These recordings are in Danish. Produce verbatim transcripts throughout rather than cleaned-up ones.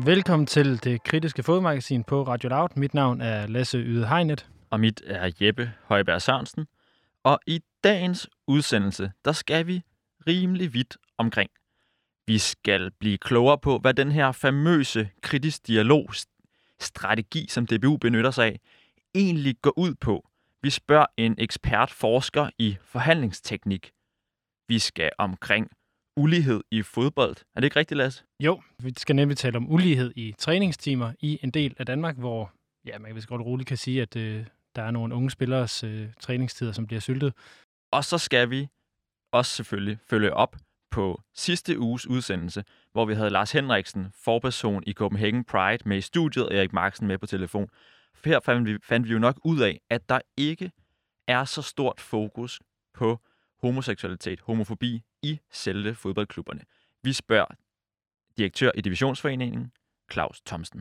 Velkommen til det kritiske fodmagasin på Radio Loud. Mit navn er Lasse Yde Hegnet. Og mit er Jeppe Højberg Sørensen. Og i dagens udsendelse, der skal vi rimelig vidt omkring. Vi skal blive klogere på, hvad den her famøse kritisk dialog-strategi, som D B U benytter sig af, egentlig går ud på. Vi spørger en ekspert forsker i forhandlingsteknik. Vi skal omkring ulighed i fodbold. Er det ikke rigtigt, Lasse? Jo, vi skal nemlig tale om ulighed i træningstimer i en del af Danmark, hvor ja, man vist godt roligt kan sige, at øh, der er nogle unge spilleres øh, træningstider, som bliver syltet. Og så skal vi også selvfølgelig følge op på sidste uges udsendelse, hvor vi havde Lars Henriksen, forperson i Copenhagen Pride, med i studiet, og Erik Marksen med på telefon. For her fandt vi, fandt vi jo nok ud af, at der ikke er så stort fokus på homoseksualitet, homofobi i selve fodboldklubberne. Vi spørger direktør i Divisionsforeningen, Claus Thomsen.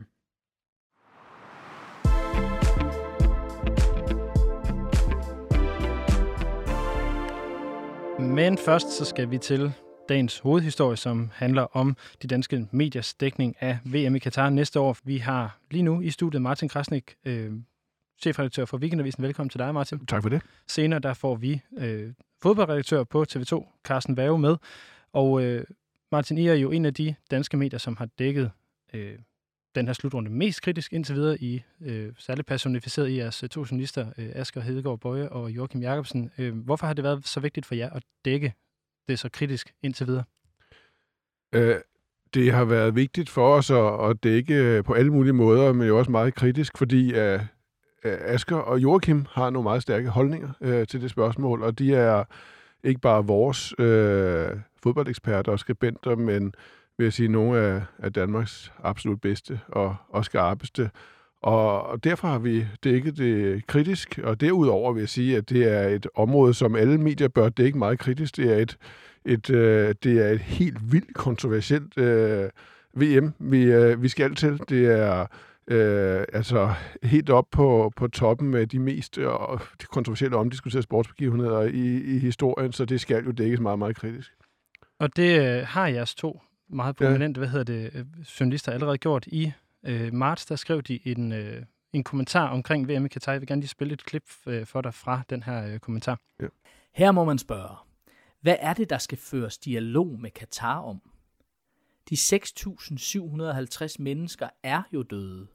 Men først så skal vi til dagens hovedhistorie, som handler om de danske mediers dækning af V M i Katar næste år. Vi har lige nu i studiet Martin Krasnik, øh, chefredaktør for Weekendavisen. Velkommen til dig, Martin. Tak for det. Senere der får vi øh, fodboldredaktør på T V to, Carsten Werge, med. Og øh, Martin, I er jo en af de danske medier, som har dækket øh, den her slutrunde mest kritisk indtil videre, i øh, særligt personificeret i jeres to journalister, øh, Asger Hedegaard Boye og Joachim Jacobsen. Øh, hvorfor har det været så vigtigt for jer at dække det så kritisk indtil videre? Øh, det har været vigtigt for os at, at dække på alle mulige måder, men jo også meget kritisk, fordi uh, Asger og Joachim har nogle meget stærke holdninger uh, til det spørgsmål, og de er ikke bare vores uh, fodboldeksperter og skribenter, men vil jeg sige, nogle af, af Danmarks absolut bedste og, og skarpeste. Og, og derfor har vi dækket det kritisk, og derudover vil jeg sige, at det er et område, som alle medier bør dække meget kritisk. Det er et, et, øh, det er et helt vildt kontroversielt øh, V M, vi, øh, vi skal til. Det er øh, altså helt op på, på toppen af de mest øh, de kontroversielle omdiskuterede sportsbegivenheder i, i historien, så det skal jo dækkes meget, meget kritisk. Og det øh, har jeres to meget prominente, ja. hvad hedder det, journalister allerede gjort. I øh, marts, der skrev de en, øh, en kommentar omkring V M i Katar. Jeg vil gerne lige spille et klip øh, for dig fra den her øh, kommentar. Ja. Her må man spørge, hvad er det, der skal føres dialog med Katar om? De seks tusind syv hundrede og halvtreds mennesker er jo døde.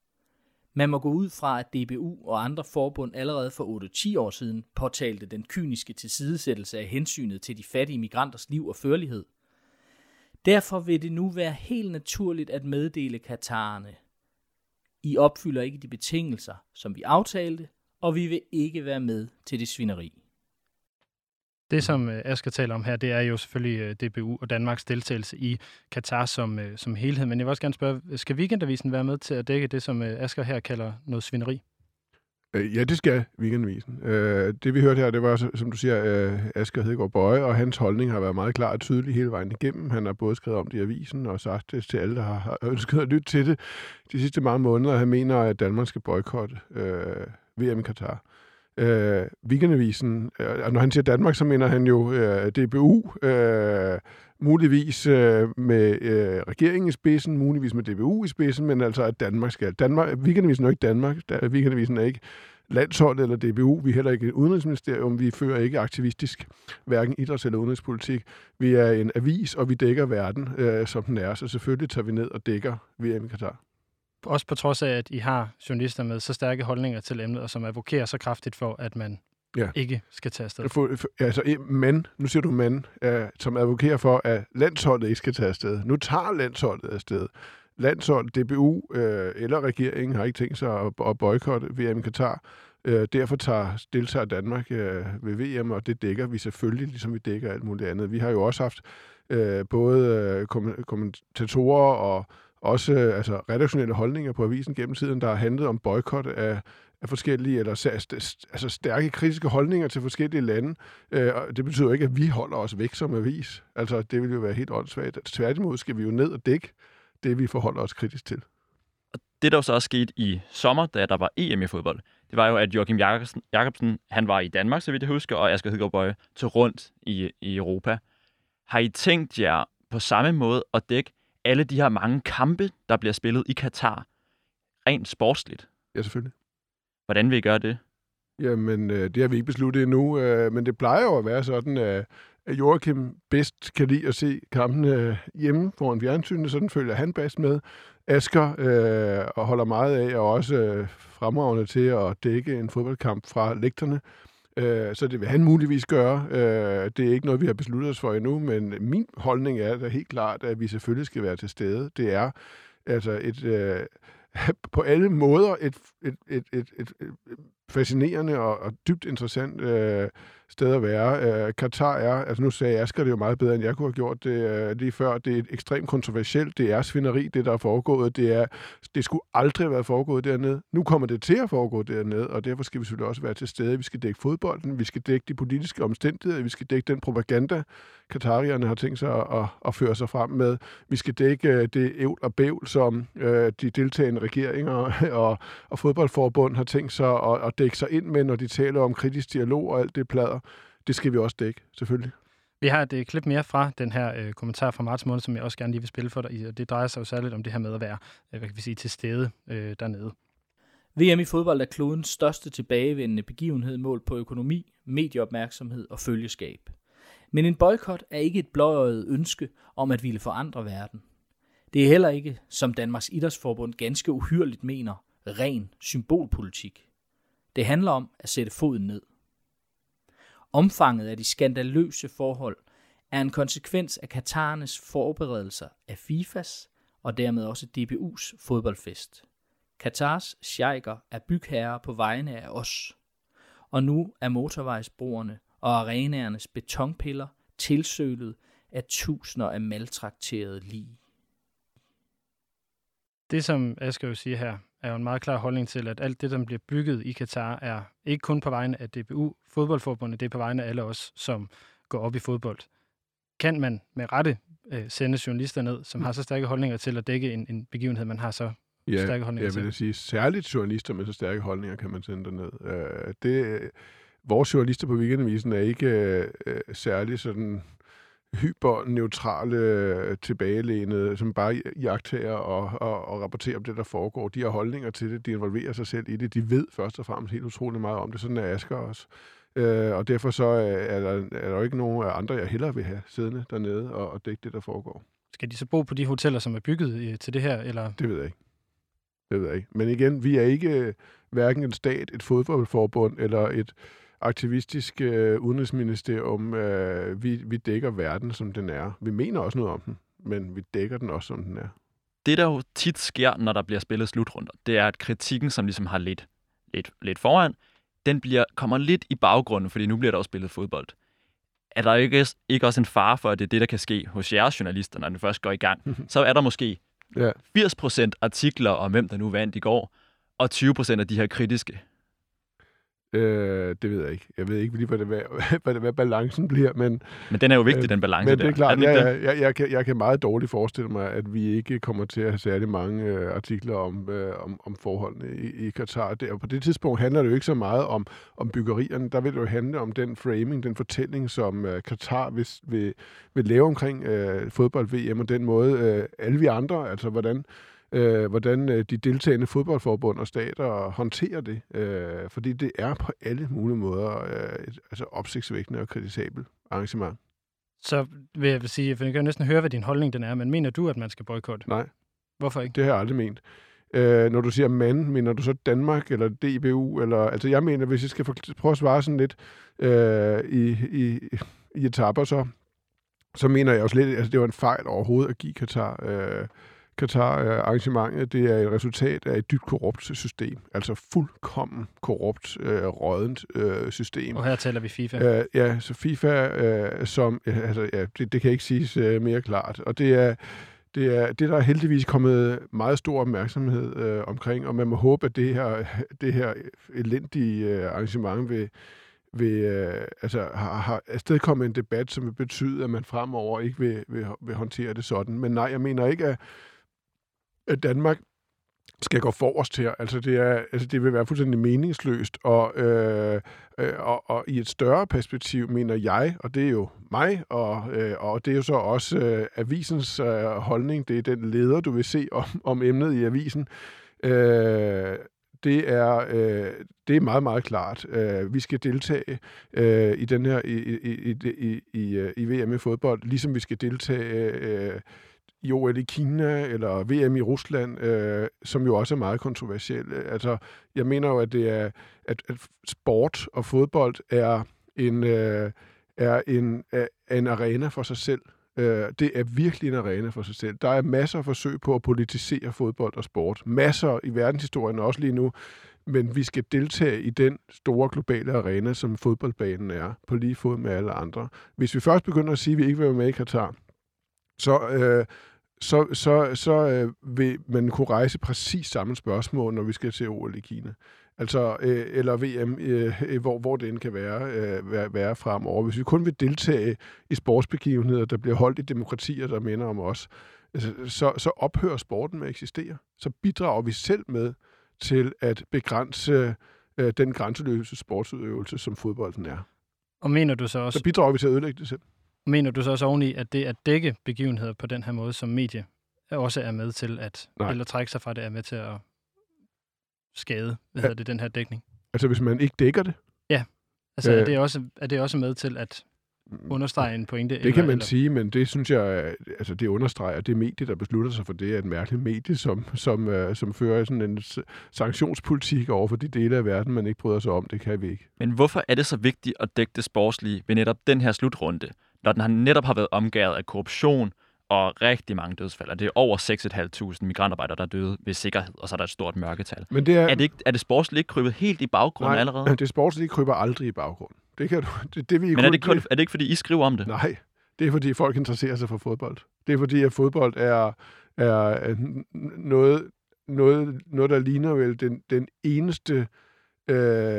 Man må gå ud fra, at D B U og andre forbund allerede for otte til ti år siden påtalte den kyniske tilsidesættelse af hensynet til de fattige migranters liv og førlighed. Derfor vil det nu være helt naturligt at meddele katarerne: I opfylder ikke de betingelser, som vi aftalte, og vi vil ikke være med til det svineri. Det, som Asger taler om her, det er jo selvfølgelig D B U og Danmarks deltagelse i Katar som, som helhed. Men jeg vil også gerne spørge, skal Weekendavisen være med til at dække det, som Asger her kalder noget svineri? Ja, det skal Weekendavisen. Det vi hørte her, det var, som du siger, Asger Hedegaard Boye, og hans holdning har været meget klar og tydelig hele vejen igennem. Han har både skrevet om det i avisen og sagt det til alle, der har ønsket at lytte til det de sidste mange måneder. Han mener, at Danmark skal boykotte øh, V M i Katar. Øh, Weekendavisen, øh, når han siger Danmark, så mener han jo øh, D B U, øh, muligvis øh, med øh, regeringen i spidsen, muligvis med D B U i spidsen, men altså at Danmark skal. Danmark, Weekendavisen er jo ikke Danmark, Weekendavisen er ikke landshold eller D B U, vi er heller ikke et udenrigsministerium, vi fører ikke aktivistisk, hverken idræts- eller udenrigspolitik. Vi er en avis, og vi dækker verden, øh, som den er, så selvfølgelig tager vi ned og dækker V M i Katar. Også på trods af, at I har journalister med så stærke holdninger til emnet, og som advokerer så kraftigt for, at man ja. ikke skal tage afsted. For, for, altså, men, nu siger du men, uh, som advokerer for, at landsholdet ikke skal tage afsted. Nu tager landsholdet afsted. Landsholdet, D B U uh, eller regeringen har ikke tænkt sig at, at boykotte V M i Katar. Uh, derfor tager deltager Danmark uh, ved V M, og det dækker vi selvfølgelig, ligesom vi dækker alt muligt andet. Vi har jo også haft uh, både uh, kom- kommentatorer og også altså, redaktionelle holdninger på avisen gennem tiden, der har handlet om boykot af, af forskellige, eller altså stærke kritiske holdninger til forskellige lande. Øh, og det betyder ikke, at vi holder os væk som avis. Altså, det vil jo være helt åndssvagt. Tværtimod skal vi jo ned og dække det, vi forholder os kritisk til. Og det, der så også skete i sommer, da der var E M i fodbold, det var jo, at Joachim Jacobsen, Jacobsen han var i Danmark, så vidt jeg husker, og Asger Hedegaard Boye tog rundt i, i Europa. Har I tænkt jer på samme måde at dække alle de her mange kampe, der bliver spillet i Katar, rent sportsligt? Ja, selvfølgelig. Hvordan vil I gøre det? Jamen, øh, det har vi ikke besluttet endnu, øh, men det plejer jo at være sådan, at Joachim bedst kan lide at se kampene hjemme foran fjernsynet, sådan følger han bedst med. Asger øh, og holder meget af, og også øh, fremragende til at dække en fodboldkamp fra lægterne. Øh, så det vil han muligvis gøre. Øh, det er ikke noget, vi har besluttet os for endnu, men min holdning er da helt klart, at vi selvfølgelig skal være til stede. Det er altså et... Øh, på alle måder et, et, et, et, et, et fascinerende og, og dybt interessant øh, sted at være. Øh, Katar er, altså nu sagde Asger det jo meget bedre, end jeg kunne have gjort det øh, lige før. Det er ekstremt kontroversielt. Det er svineri, det der er foregået. Det, er, det skulle aldrig have været foregået dernede. Nu kommer det til at foregå dernede, og derfor skal vi selvfølgelig også være til stede. Vi skal dække fodbolden, vi skal dække de politiske omstændigheder, vi skal dække den propaganda, katarierne har tænkt sig at, at, at føre sig frem med. Vi skal dække det ævl og bævl, som øh, de deltagende regeringer og, og fodboldforbund har tænkt sig at, at dække sig ind med, når de taler om kritisk dialog og alt det plader. Det skal vi også dække, selvfølgelig. Vi har et uh, klip mere fra den her uh, kommentar fra marts måned, som jeg også gerne lige vil spille for dig, og det drejer sig jo særligt om det her med at være, uh, hvad kan vi sige, til stede uh, dernede. V M i fodbold er klodens største tilbagevendende begivenhed målt på økonomi, medieopmærksomhed og følgeskab. Men en boykot er ikke et blåøjet ønske om at ville forandre verden. Det er heller ikke, som Danmarks Idrætsforbund ganske uhyrligt mener, ren symbolpolitik. Det handler om at sætte foden ned. Omfanget af de skandaløse forhold er en konsekvens af Katarernes forberedelser af FIFAs og dermed også D B U's fodboldfest. Katars sheiker er bygherrer på vegne af os, og nu er motorvejsbroerne og arenaernes betonpiller tilsølet af tusinder af maltrakterede lig. Det, som Asger jo siger her, er jo en meget klar holdning til, at alt det, der bliver bygget i Katar, er ikke kun på vegne af D B U, fodboldforbundet, det er på vegne af alle os, som går op i fodbold. Kan man med rette øh, sende journalister ned, som har så stærke holdninger til at dække en, en begivenhed, man har så ja, stærke holdninger til? Jeg vil sige, særligt journalister med så stærke holdninger kan man sende derned. Uh, det, vores journalister på Weekendavisen er ikke uh, særlig sådan hyperneutrale, tilbagelænede, som bare jagttager og, og, og rapporterer om det, der foregår. De har holdninger til det, de involverer sig selv i det, de ved først og fremmest helt utroligt meget om det. Sådan er Asger også. Øh, og derfor så er der, er der jo ikke nogen andre, jeg hellere vil have siddende dernede og, og dække det, der foregår. Skal de så bo på de hoteller, som er bygget til det her? Eller? Det ved jeg ikke. Det ved jeg ikke. Men igen, vi er ikke hverken en stat, et fodboldforbund eller et aktivistisk øh, udenrigsministerium. Øh, vi, vi dækker verden, som den er. Vi mener også noget om den, men vi dækker den også, som den er. Det, der jo tit sker, når der bliver spillet slutrunder, det er, at kritikken, som ligesom har lidt, lidt, lidt foran, den bliver, kommer lidt i baggrunden, fordi nu bliver der også spillet fodbold. Er der ikke, ikke også en fare for, at det er det, der kan ske hos jeres journalister, når den først går i gang? Så er der måske ja. firs procent artikler om, hvem der nu vandt i går, og tyve procent af de her kritiske. Øh, det ved jeg ikke. Jeg ved ikke lige, hvad, det, hvad, hvad, hvad balancen bliver, men... Men den er jo vigtig, øh, den balance men der. Men det er klart, er ja, jeg, jeg, jeg, kan, jeg kan meget dårligt forestille mig, at vi ikke kommer til at have særlig mange øh, artikler om, øh, om, om forholdene i, i Katar. Det, og på det tidspunkt handler det jo ikke så meget om, om byggerierne. Der vil det jo handle om den framing, den fortælling, som øh, Katar vil, vil, vil lave omkring øh, fodbold-V M, og den måde øh, alle vi andre, altså hvordan... Øh, hvordan øh, de deltagende fodboldforbund og stater håndterer det. Øh, fordi det er på alle mulige måder øh, et altså opsigtsvækkende og kritisabelt arrangement. Så vil jeg sige, for jeg kan jo næsten høre, hvad din holdning den er, men mener du, at man skal boykotte? Nej. Hvorfor ikke? Det har jeg aldrig ment. Øh, når du siger man, mener du så Danmark eller D B U? Eller, altså jeg mener, hvis jeg skal prøve at svare sådan lidt øh, i, i, i etaper, så, så mener jeg også lidt, altså det var en fejl overhovedet at give Katar... Øh, Katar-arrangementet, det er et resultat af et dybt korrupt system. Altså fuldkommen korrupt, øh, rådent øh, system. Og her taler vi FIFA. Øh, ja, så FIFA, øh, som... Ja, altså, ja, det, det kan ikke siges øh, mere klart. Og det er, det er det, der er heldigvis kommet meget stor opmærksomhed øh, omkring, og man må håbe, at det her, det her elendige øh, arrangement vil... vil øh, altså, har, har afstedkommet en debat, som vil betyde, at man fremover ikke vil, vil, vil håndtere det sådan. Men nej, jeg mener ikke, at at Danmark skal gå forrest her. Altså det, er, altså det vil være fuldstændig meningsløst, og, øh, øh, og, og i et større perspektiv mener jeg, og det er jo mig, og, øh, og det er jo så også øh, avisens øh, holdning, det er den leder, du vil se om, om emnet i avisen, øh, det er, øh, det er meget, meget klart. Øh, vi skal deltage øh, i den her i, i, i, i, i, i V M i fodbold, ligesom vi skal deltage øh, i O L i Kina eller V M i Rusland, øh, som jo også er meget kontroversielt. Altså, jeg mener jo, at det er, at, at sport og fodbold er en, øh, er en, er en arena for sig selv. Øh, det er virkelig en arena for sig selv. Der er masser af forsøg på at politisere fodbold og sport. Masser i verdenshistorien også lige nu. Men vi skal deltage i den store globale arena, som fodboldbanen er, på lige fod med alle andre. Hvis vi først begynder at sige, at vi ikke vil være med i Katar, så, øh, så, så, så øh, vil man kunne rejse præcis samme spørgsmål, når vi skal til O L i Kina. Altså, øh, eller V M, øh, hvor, hvor det end kan være, øh, være, være fremover. Hvis vi kun vil deltage i sportsbegivenheder, der bliver holdt i demokratier, der minder om os, altså, så, så ophører sporten med at eksistere. Så bidrager vi selv med til at begrænse øh, den grænseløse sportsudøvelse, som fodbolden er. Og mener du så også... Så bidrager vi til at ødelægge det selv. Mener du så også oveni, at det at dække begivenheder på den her måde som medie, også er med til at, Nej. eller trække sig fra det, er med til at skade, hvad hedder det, den her dækning? Altså hvis man ikke dækker det? Ja, altså øh, er, det også, er det også med til at understrege en pointe? Det eller, kan man eller? sige, men det synes jeg, altså det understreger, det medie, der beslutter sig for det, er et mærkeligt medie, som, som, uh, som fører sådan en sanktionspolitik over for de dele af verden, man ikke bryder sig om. Det kan vi ikke. Men hvorfor er det så vigtigt at dække det sportslige ved netop den her slutrunde, når den har netop har været omgået af korruption og rigtig mange dødsfald? Og det er over seks tusind fem hundrede migrantarbejdere, der er døde ved sikkerhed, og så er der et stort mørketal. Men det er, er, det ikke, er det sportsligt ikke krybet helt i baggrunden nej, allerede? Nej, det sportslige kryber aldrig i baggrunden. Det kan du, det, det, vi Men er det, kun, er det ikke, fordi I skriver om det? Nej, det er, fordi folk interesserer sig for fodbold. Det er, fordi at fodbold er, er noget, noget, noget, der ligner vel den, den eneste, øh,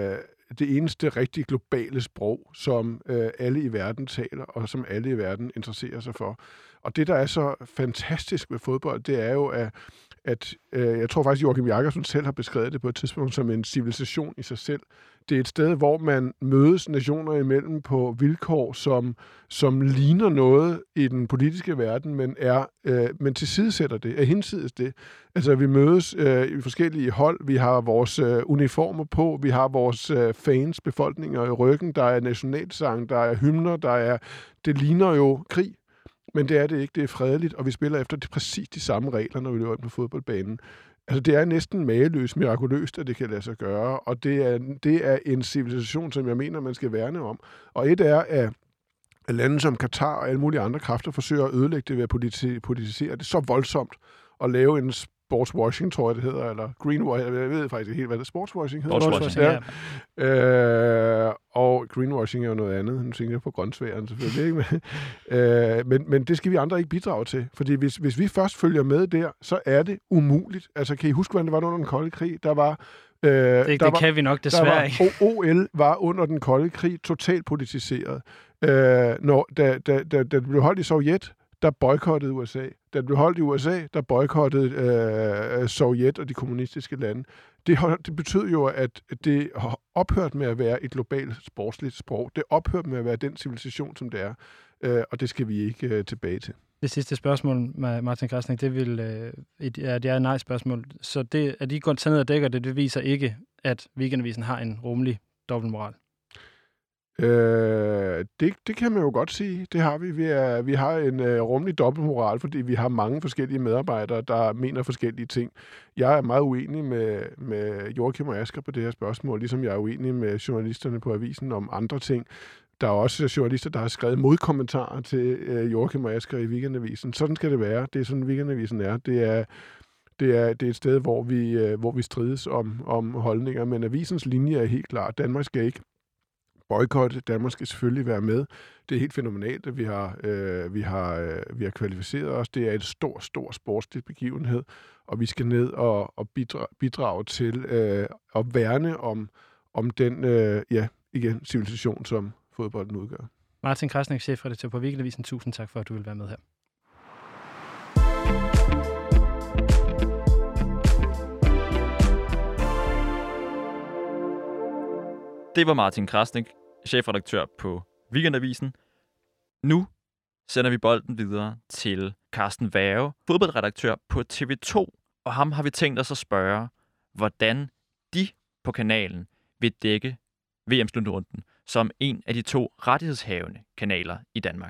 det eneste rigtig globale sprog, som øh, alle i verden taler, og som alle i verden interesserer sig for. Og det, der er så fantastisk ved fodbold, det er jo, at, at øh, jeg tror faktisk, Joachim Jakobsen selv har beskrevet det på et tidspunkt som en civilisation i sig selv. Det er et sted, hvor man mødes nationer imellem på vilkår, som, som ligner noget i den politiske verden, men, er, øh, men tilsidesætter det, er hinsides det. Altså, vi mødes øh, i forskellige hold, vi har vores øh, uniformer på, vi har vores øh, fans, befolkninger i ryggen, der er nationalsang, der er hymner, der er... Det ligner jo krig, men det er det ikke, det er fredeligt, og vi spiller efter de, præcis de samme regler, når vi løber ind på fodboldbanen. Altså, det er næsten mageløst, mirakuløst, at det kan lade sig gøre, og det er, det er en civilisation, som jeg mener, man skal værne om. Og et er, at lande som Katar og alle mulige andre kræfter forsøger at ødelægge det ved at politisere det så voldsomt, og lave en sportswashing, tror jeg, det hedder, eller greenwashing, jeg ved faktisk ikke helt, hvad det er, sportswashing hedder. Sportswashing, ja. ja. Øh, og greenwashing er jo noget andet, nu tænker jeg på grøntsværen selvfølgelig, ikke? øh, men, men det skal vi andre ikke bidrage til, fordi hvis, hvis vi først følger med der, så er det umuligt. Altså, kan I huske, hvordan det var under den kolde krig? Der var Øh, det det var, kan vi nok desværre ikke. O L var under den kolde krig totalt politiseret. Øh, når, da, da, da, da det blev holdt i Sovjet, der boykottede U S A. Da det blev holdt i U S A, der boykottede øh, Sovjet og de kommunistiske lande. Det, det betød jo, at det har ophørt med at være et globalt sportsligt sprog. Det ophørt med at være den civilisation, som det er. Øh, og det skal vi ikke øh, tilbage til. Det sidste spørgsmål, Martin Krasnik, det vil øh, et, ja, det er et nej-spørgsmål. Så det, at I går ned og dækker det, det viser ikke, at Weekendavisen har en rummelig dobbeltmoral. Øh, det, det kan man jo godt sige. Det har vi. Vi, er, vi har en øh, rummelig dobbeltmoral, fordi vi har mange forskellige medarbejdere, der mener forskellige ting. Jeg er meget uenig med, med Joachim og Asger på det her spørgsmål, ligesom jeg er uenig med journalisterne på avisen om andre ting. Der er også journalister, der har skrevet modkommentarer til øh, Joachim og Asger i Weekendavisen. Sådan skal det være. Det er sådan, Weekendavisen er. Det er, det er, det er et sted, hvor vi, øh, hvor vi strides om, om holdninger, men avisens linje er helt klar. Danmark skal ikke boykotte. Danmark skal selvfølgelig være med. Det er helt fænomenalt, at vi har, øh, vi har, øh, vi har kvalificeret os. Det er en stor, stor sportslig begivenhed, og vi skal ned og, og bidrage, bidrage til øh, at værne om, om den, øh, ja, igen, civilisation, som fodbolden udgør. Martin Krasnik, chefredaktør på Weekendavisen. Tusind tak for, at du vil være med her. Det var Martin Krasnik, chefredaktør på Weekendavisen. Nu sender vi bolden videre til Carsten Werge, fodboldredaktør på T V to. Og ham har vi tænkt os at spørge, hvordan de på kanalen vil dække V M-slutrunden som en af de to rettighedshavende kanaler i Danmark.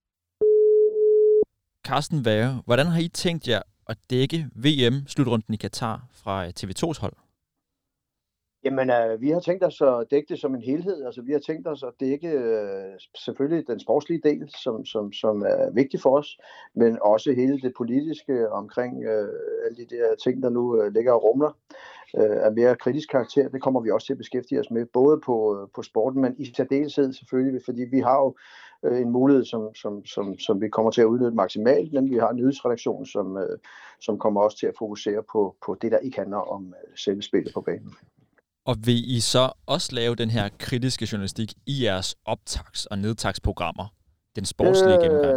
Carsten Werge, hvordan har I tænkt jer at dække V M-slutrunden i Katar fra T V tos hold? Jamen, øh, vi har tænkt os at dække det som en helhed. Altså, vi har tænkt os at dække øh, selvfølgelig den sportslige del, som, som, som er vigtig for os, men også hele det politiske omkring øh, alle de der ting, der nu øh, ligger og rumler øh, af mere kritisk karakter. Det kommer vi også til at beskæftige os med, både på, på sporten, men i særdeleshed selvfølgelig, fordi vi har jo øh, en mulighed, som, som, som, som vi kommer til at udnytte maksimalt, nemlig vi har en nyhedsredaktion, som, øh, som kommer også til at fokusere på, på det, der ikke handler om øh, selve spillet på banen. Og vil I så også lave den her kritiske journalistik i jeres optags- og nedtagsprogrammer? Den sportslige øh, gennemgang?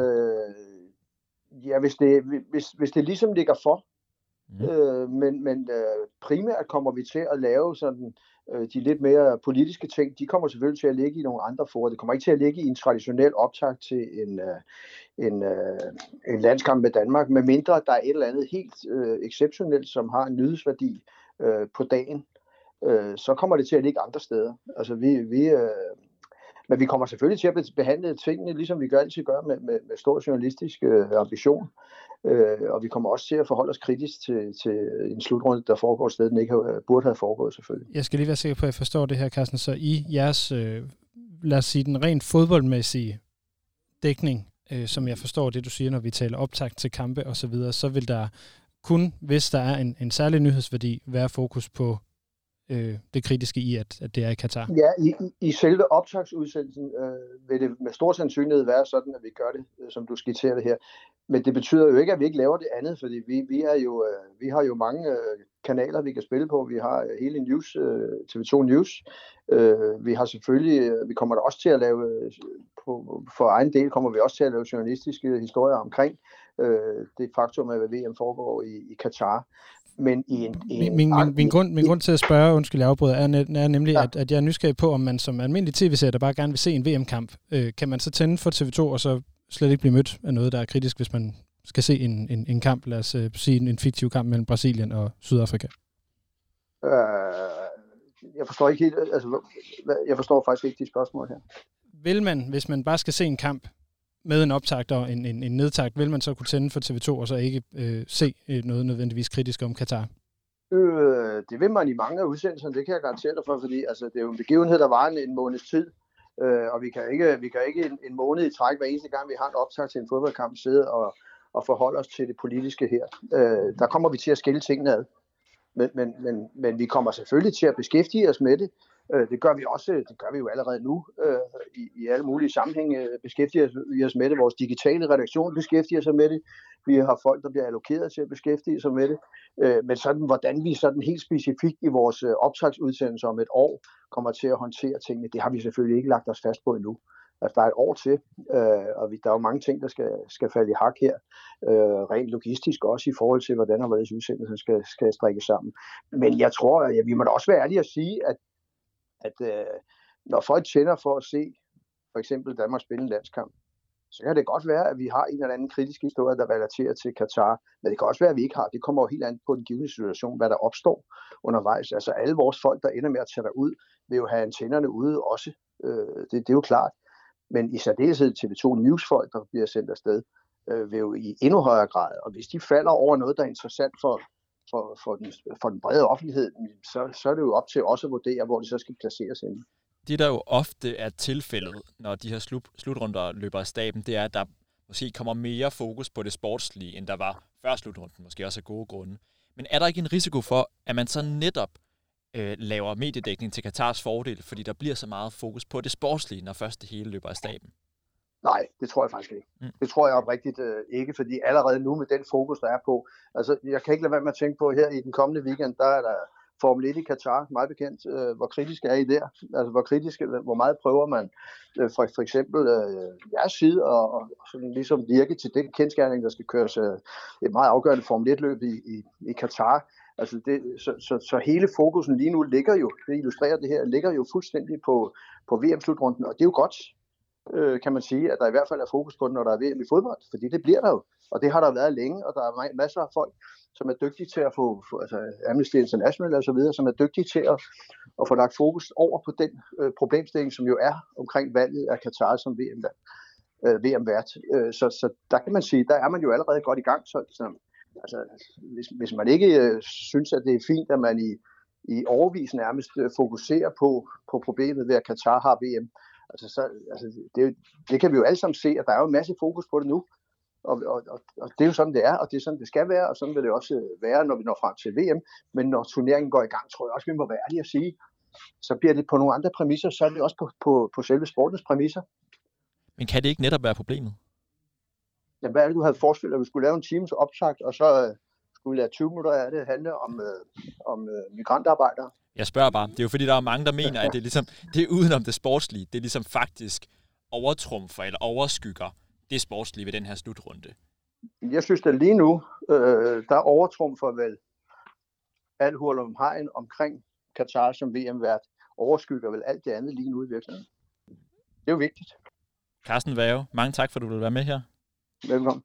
Ja, hvis det, hvis, hvis det ligesom ligger for. Mm. Øh, men men øh, primært kommer vi til at lave sådan, øh, de lidt mere politiske ting. De kommer selvfølgelig til at ligge i nogle andre fora. Det kommer ikke til at ligge i en traditionel optag til en, øh, en, øh, en landskamp med Danmark, medmindre der er et eller andet helt øh, exceptionelt, som har en nyhedsværdi øh, på dagen. Så kommer det til at ligge andre steder. Altså vi, vi, øh, men vi kommer selvfølgelig til at behandle tingene, ligesom vi gør altid gør, med, med, med stor journalistisk øh, ambition. Øh, og vi kommer også til at forholde os kritisk til, til en slutrunde, der foregår et sted, den ikke have, burde have foregået selvfølgelig. Jeg skal lige være sikker på, at jeg forstår det her, Carsten. Så i jeres, øh, lad os sige, den rent fodboldmæssige dækning, øh, som jeg forstår det, du siger, når vi taler optakt til kampe osv., så, så vil der kun, hvis der er en, en særlig nyhedsværdi, være fokus på Øh, det kritiske i, at, at det er i Katar? Ja, i, i selve optagsudsendelsen øh, vil det med stor sandsynlighed være sådan, at vi gør det, øh, som du skitserer det her. Men det betyder jo ikke, at vi ikke laver det andet, fordi vi, vi, er jo, øh, vi har jo mange øh, kanaler, vi kan spille på. Vi har hele News, øh, T V to News. Øh, vi har selvfølgelig, øh, vi kommer da også til at lave, øh, på, for egen del kommer vi også til at lave journalistiske historier omkring øh, det faktum, at V M foregår i, i Katar. Men i en, i min, min, min, min, grund, min grund til at spørge, undskyld jeg afbryder, er, er nemlig, ja. at, at jeg er nysgerrig på, om man som almindelig tv-seer, der bare gerne vil se en V M-kamp, øh, kan man så tænde for T V to, og så slet ikke blive mødt af noget, der er kritisk, hvis man skal se en, en, en kamp, lad os uh, sige en, en fiktiv kamp mellem Brasilien og Sydafrika? Øh, jeg forstår ikke helt, altså, jeg forstår faktisk ikke de spørgsmål her. Vil man, hvis man bare skal se en kamp, med en optakt og en, en, en nedtakt, vil man så kunne tænde for T V to og så ikke øh, se noget nødvendigvis kritisk om Katar? Øh, det vil man i mange af udsendelserne, det kan jeg garantere dig for, fordi altså, det er jo en begivenhed, der var en, en måneds tid, øh, og vi kan ikke, vi kan ikke en, en måned i træk, hver eneste gang vi har en optakt til en fodboldkamp, sidde og, og forholde os til det politiske her. Øh, der kommer vi til at skille tingene ad. Men, men, men, men vi kommer selvfølgelig til at beskæftige os med det. Det gør vi også, det gør vi jo allerede nu øh, i, i alle mulige sammenhænge. Beskæftiger vi os med det. Vores digitale redaktion beskæftiger sig med det. Vi har folk, der bliver allokeret til at beskæftige sig med det. Øh, men sådan, hvordan vi sådan helt specifikt i vores optagsudsendelse om et år kommer til at håndtere tingene, det har vi selvfølgelig ikke lagt os fast på endnu. Altså, der er et år til, øh, og vi, der er jo mange ting, der skal, skal falde i hak her. Øh, rent logistisk også i forhold til, hvordan og hvordan udsendelsen skal, skal strikkes sammen. Men jeg tror, at ja, vi må da også være ærlige at sige, at at øh, når folk tænder for at se for eksempel Danmark spille en landskamp, så kan det godt være, at vi har en eller anden kritisk historie, der relaterer til Katar, men det kan også være, at vi ikke har. Det kommer jo helt an på den givne situation, hvad der opstår undervejs. Altså alle vores folk, der ender med at tage derud, vil jo have antennerne ude også. Øh, det, det er jo klart. Men i særdeleshed T V to News-folk, der bliver sendt afsted, øh, vil jo i endnu højere grad, og hvis de falder over noget, der er interessant for For, for, den, for den brede offentlighed, så, så er det jo op til os at vurdere, hvor de så skal placeres inde. Det, der jo ofte er tilfældet, når de her slut, slutrunder løber af staben, det er, at der måske kommer mere fokus på det sportslige, end der var før slutrunden, måske også af gode grunde. Men er der ikke en risiko for, at man så netop øh, laver mediedækning til Katars fordel, fordi der bliver så meget fokus på det sportslige, når først det hele løber af staben? Nej, det tror jeg faktisk ikke. Mm. Det tror jeg oprigtigt øh, ikke, fordi allerede nu med den fokus, der er på, altså jeg kan ikke lade være med at tænke på her i den kommende weekend, der er der Formel et i Katar, meget bekendt, øh, hvor kritisk er I der? Altså hvor kritisk, hvor meget prøver man øh, for, for eksempel øh, jeres side og, og sådan ligesom virke til den kendskærning, der skal køres øh, et meget afgørende Formel et løb i, i, i Katar. Altså det, så, så, så hele fokusen lige nu ligger jo, det illustrerer det her, ligger jo fuldstændig på, på V M-slutrunden, og det er jo godt, øh, kan man sige, at der i hvert fald er fokus på det, når der er V M i fodbold, fordi det bliver der jo, og det har der været længe, og der er masser af folk, som er dygtige til at få, altså Amnesty International og så videre, som er dygtige til at, at få lagt fokus over på den øh, problemstilling, som jo er omkring valget af Katar som V M-vært. Øh, V M-vært. Øh, så, så der kan man sige, der er man jo allerede godt i gang, så, så altså, hvis, hvis man ikke øh, synes, at det er fint, at man i, i overvis nærmest øh, fokuserer på, på problemet ved, at Katar har V M, altså, så, altså, det, det kan vi jo alle sammen se, at der er jo en masse fokus på det nu, og, og, og, og det er jo sådan, det er, og det er sådan, det skal være, og sådan vil det også være, når vi når frem til V M, men når turneringen går i gang, tror jeg også, vi må være ærlige at sige, så bliver det på nogle andre præmisser, så er det også på, på, på selve sportens præmisser. Men kan det ikke netop være problemet? Jamen, hvad er det, du havde forestillet, at vi skulle lave en times optakt, og så øh, skulle vi lade tyve minutter af det handle om, øh, om øh, migrantarbejdere? Jeg spørger bare. Det er jo fordi, der er mange, der mener, at det er, ligesom, det er udenom det sportslige. Det er ligesom faktisk overtrumfer eller overskygger det sportslige ved den her slutrunde. Jeg synes, at lige nu, øh, der overtrumfer vel al hurlum hegn omkring Katar som V M-vært, overskygger vel alt det andet lige nu i virkeligheden. Det er jo vigtigt. Carsten Werge, mange tak for, at du ville være med her. Velkommen.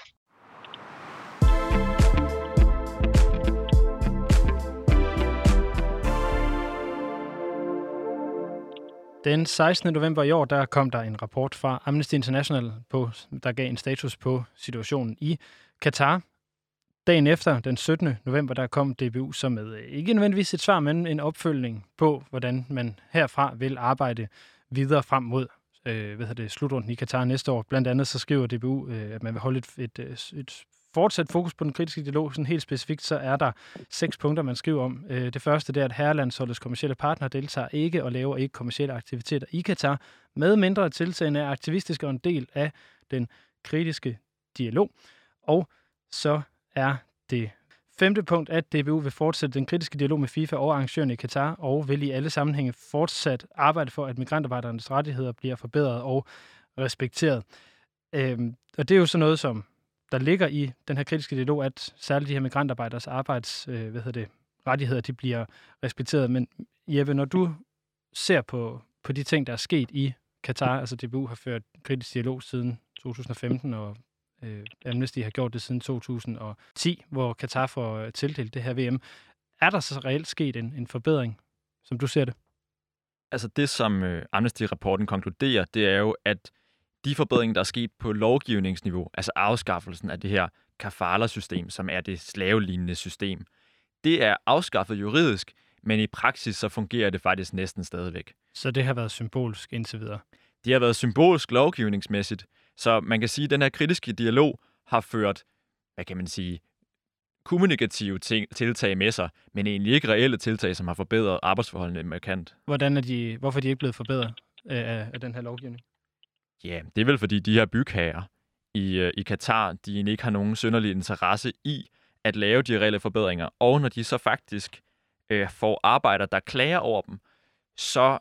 Den sekstende november i år, der kom der en rapport fra Amnesty International, på, der gav en status på situationen i Katar. Dagen efter, den syttende november, der kom D B U så med ikke nødvendigvis et svar, men en opfølgning på, hvordan man herfra vil arbejde videre frem mod øh, hvad hedder det, slutrunden i Katar næste år. Blandt andet så skriver D B U, øh, at man vil holde et, et, et fortsat fokus på den kritiske dialog. Sådan helt specifikt, så er der seks punkter, man skriver om. Øh, det første det er, at herrelandsholdets kommercielle partner deltager ikke og laver ikke kommercielle aktiviteter i Katar, med mindre tiltagende er aktivistiske og en del af den kritiske dialog. Og så er det femte punkt, at D B U vil fortsætte den kritiske dialog med FIFA og arrangørerne i Katar, og vil i alle sammenhænge fortsat arbejde for, at migrantarbejdernes rettigheder bliver forbedret og respekteret. Øhm, og det er jo sådan noget, som der ligger i den her kritiske dialog, at særligt de her migrantarbejderes arbejds, øh, hvad hedder det, rettigheder, de bliver respekteret. Men Jeppe, når du ser på, på de ting, der er sket i Katar, altså D B U har ført kritisk dialog siden to tusind og femten, og øh, Amnesty har gjort det siden to tusind og ti, hvor Katar får tildelt det her V M. Er der så reelt sket en, en forbedring, som du ser det? Altså det, som øh, Amnesty-rapporten konkluderer, det er jo, at de forbedringer, der er sket på lovgivningsniveau, altså afskaffelsen af det her kafala-system, som er det slavelignende system, det er afskaffet juridisk, men i praksis så fungerer det faktisk næsten stadigvæk. Så det har været symbolsk indtil videre? Det har været symbolsk lovgivningsmæssigt, så man kan sige, at den her kritiske dialog har ført, hvad kan man sige, kommunikative ting, tiltag med sig, men egentlig ikke reelle tiltag, som har forbedret arbejdsforholdene markant. Hvordan er de, hvorfor er de ikke blevet forbedret af, af den her lovgivning? Ja, det er vel fordi de her bygherrer i, i Katar, de ikke har nogen synderlig interesse i at lave de reelle forbedringer. Og når de så faktisk øh, får arbejdere, der klager over dem, så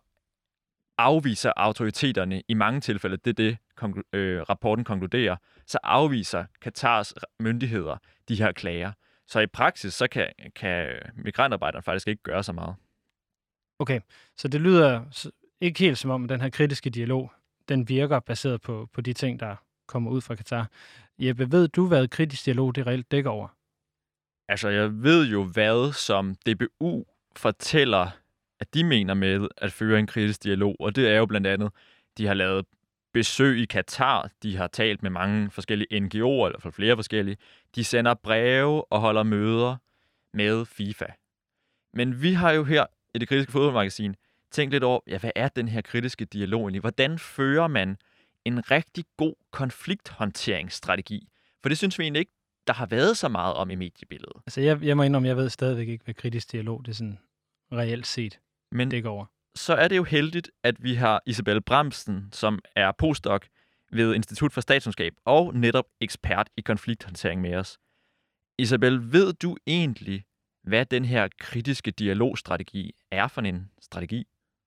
afviser autoriteterne i mange tilfælde, det er det, konklu- øh, rapporten konkluderer, så afviser Katars myndigheder de her klager. Så i praksis, så kan, kan migrantarbejderne faktisk ikke gøre så meget. Okay, så det lyder ikke helt som om, at den her kritiske dialog, den virker baseret på, på de ting, der kommer ud fra Katar. Jeppe, ved du, hvad kritisk dialog det reelt dækker over? Altså, jeg ved jo, hvad som D B U fortæller, at de mener med at føre en kritisk dialog, og det er jo blandt andet, de har lavet besøg i Katar, de har talt med mange forskellige N G O'er, eller for flere forskellige, de sender breve og holder møder med FIFA. Men vi har jo her i Det Kritiske Fodboldmagasin tænkt lidt over, ja, hvad er den her kritiske dialog egentlig? Hvordan fører man en rigtig god konflikthåndteringsstrategi? For det synes vi egentlig ikke, der har været så meget om i mediebilledet. Altså, jeg, jeg må indrømme, jeg ved stadigvæk ikke, hvad kritisk dialog det er sådan reelt set Men dækker over. Så er det jo heldigt, at vi har Isabelle Bramsen, som er postdoc ved Institut for Statskundskab og netop ekspert i konflikthåndtering med os. Isabelle, ved du egentlig, hvad den her kritiske dialogstrategi er for en strategi?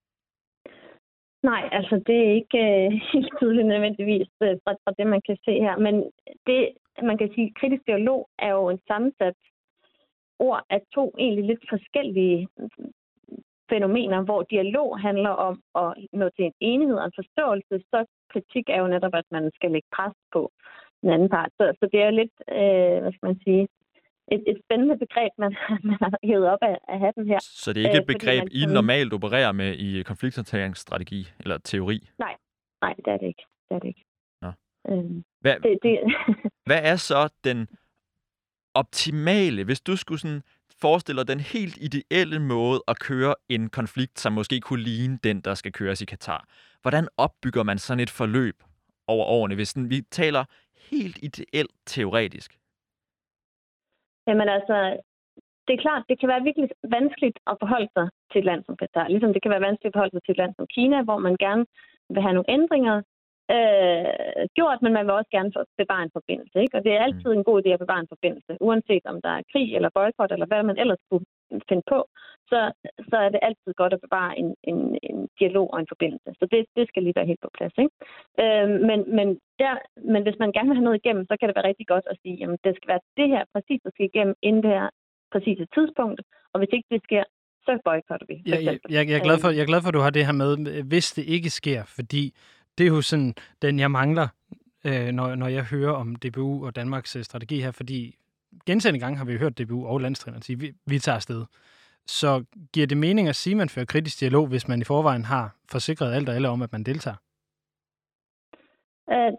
Nej, altså det er ikke øh, helt tydeligt nødvendigvis øh, fra, fra det, man kan se her. Men det, man kan sige, kritisk dialog er jo en sammensat ord er to egentlig lidt forskellige fænomener, hvor dialog handler om at nå til en enighed og en forståelse, så kritik er jo netop, at man skal lægge pres på den anden part. Så, så det er lidt, øh, hvad skal man sige, et, et spændende begreb, man, man har hævet op af, af hatten her. Så det er ikke et øh, begreb, man, I normalt opererer med i konflikthåndteringsstrategi eller teori? Nej, nej, det er det ikke. Det er det ikke. Nå. Øhm, hvad, det, det... hvad er så den optimale, hvis du skulle sådan forestille dig den helt ideelle måde at køre en konflikt, som måske kunne ligne den, der skal køres i Katar? Hvordan opbygger man sådan et forløb over årene, hvis den, vi taler helt ideelt teoretisk? Jamen altså, det er klart, det kan være virkelig vanskeligt at forholde sig til et land som Katar. Ligesom det kan være vanskeligt at forholde sig til et land som Kina, hvor man gerne vil have nogle ændringer øh, gjort, men man vil også gerne bevare en forbindelse. Ikke? Og det er altid en god idé at bevare en forbindelse. Uanset om der er krig eller boykot, eller hvad man ellers skulle finde på, så, så er det altid godt at bevare en, en, en dialog og en forbindelse. Så det, det skal lige være helt på plads. Ikke? Øh, men, men, der, men hvis man gerne vil have noget igennem, så kan det være rigtig godt at sige, at det skal være det her præcis, der skal igennem inden det her præcise tidspunkt, og hvis ikke det sker, så boykotter vi. Ja, jeg, jeg, jeg, er glad for, jeg er glad for, at du har det her med, hvis det ikke sker, fordi det er jo sådan, den jeg mangler, øh, når, når jeg hører om D B U og Danmarks øh, strategi her, fordi gentagne gange har vi hørt D B U og landstræneren sige, vi, vi tager afsted. Så giver det mening at sige, at man fører kritisk dialog, hvis man i forvejen har forsikret alt og alle om, at man deltager? Øh,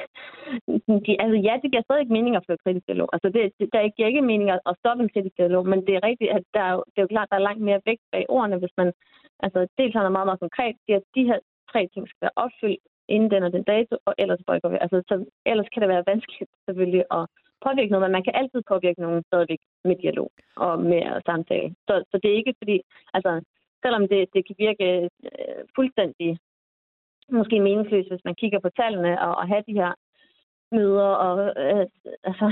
de, altså ja, det giver stadig ikke mening at føre kritisk dialog. Altså det, det, der giver ikke mening at stoppe en kritisk dialog, men det er rigtigt, at der er jo, det er jo klart, der er langt mere vægt bag ordene, hvis man altså dels har noget meget, meget konkret, siger, at de her tre ting skal være opfyldt inden den og den dato, og ellers boykotter vi. Altså, så, ellers kan det være vanskeligt selvfølgelig at påvirke noget, men man kan altid påvirke nogen stadigvæk med dialog og med samtale. Så, så det er ikke fordi, altså selvom det, det kan virke øh, fuldstændig måske meningsløst, hvis man kigger på tallene og, og have de her møder og øh, altså,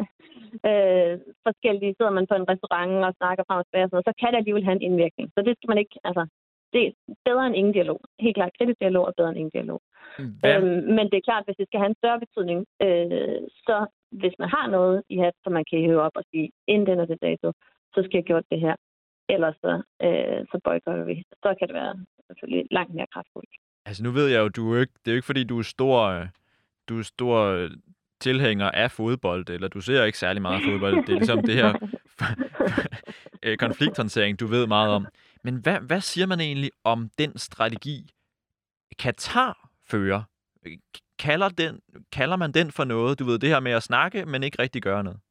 øh, forskellige, sidder man på en restaurant og snakker frem og tilbage, og så kan det alligevel have en indvirkning. Så det skal man ikke, altså det er bedre end ingen dialog. Helt klart, kritisk dialog er bedre end ingen dialog. Øhm, men det er klart, hvis det skal have en større betydning, øh, så hvis man har noget i hat, så man kan hæve op og sige, inden den og det dato, så skal jeg gjort det her. Ellers så, øh, så boykotter vi. Så kan det være selvfølgelig langt mere kraftfuldt. Altså nu ved jeg jo, du er ikke, det er jo ikke fordi, du er stor, du er stor tilhænger af fodbold, eller du ser ikke særlig meget fodbold. Det er ligesom det her konflikthåndtering, du ved meget om. Men hvad, hvad siger man egentlig om den strategi, Katar fører? Kalder, den, kalder man den for noget? Du ved, det her med at snakke, men ikke rigtig gøre noget.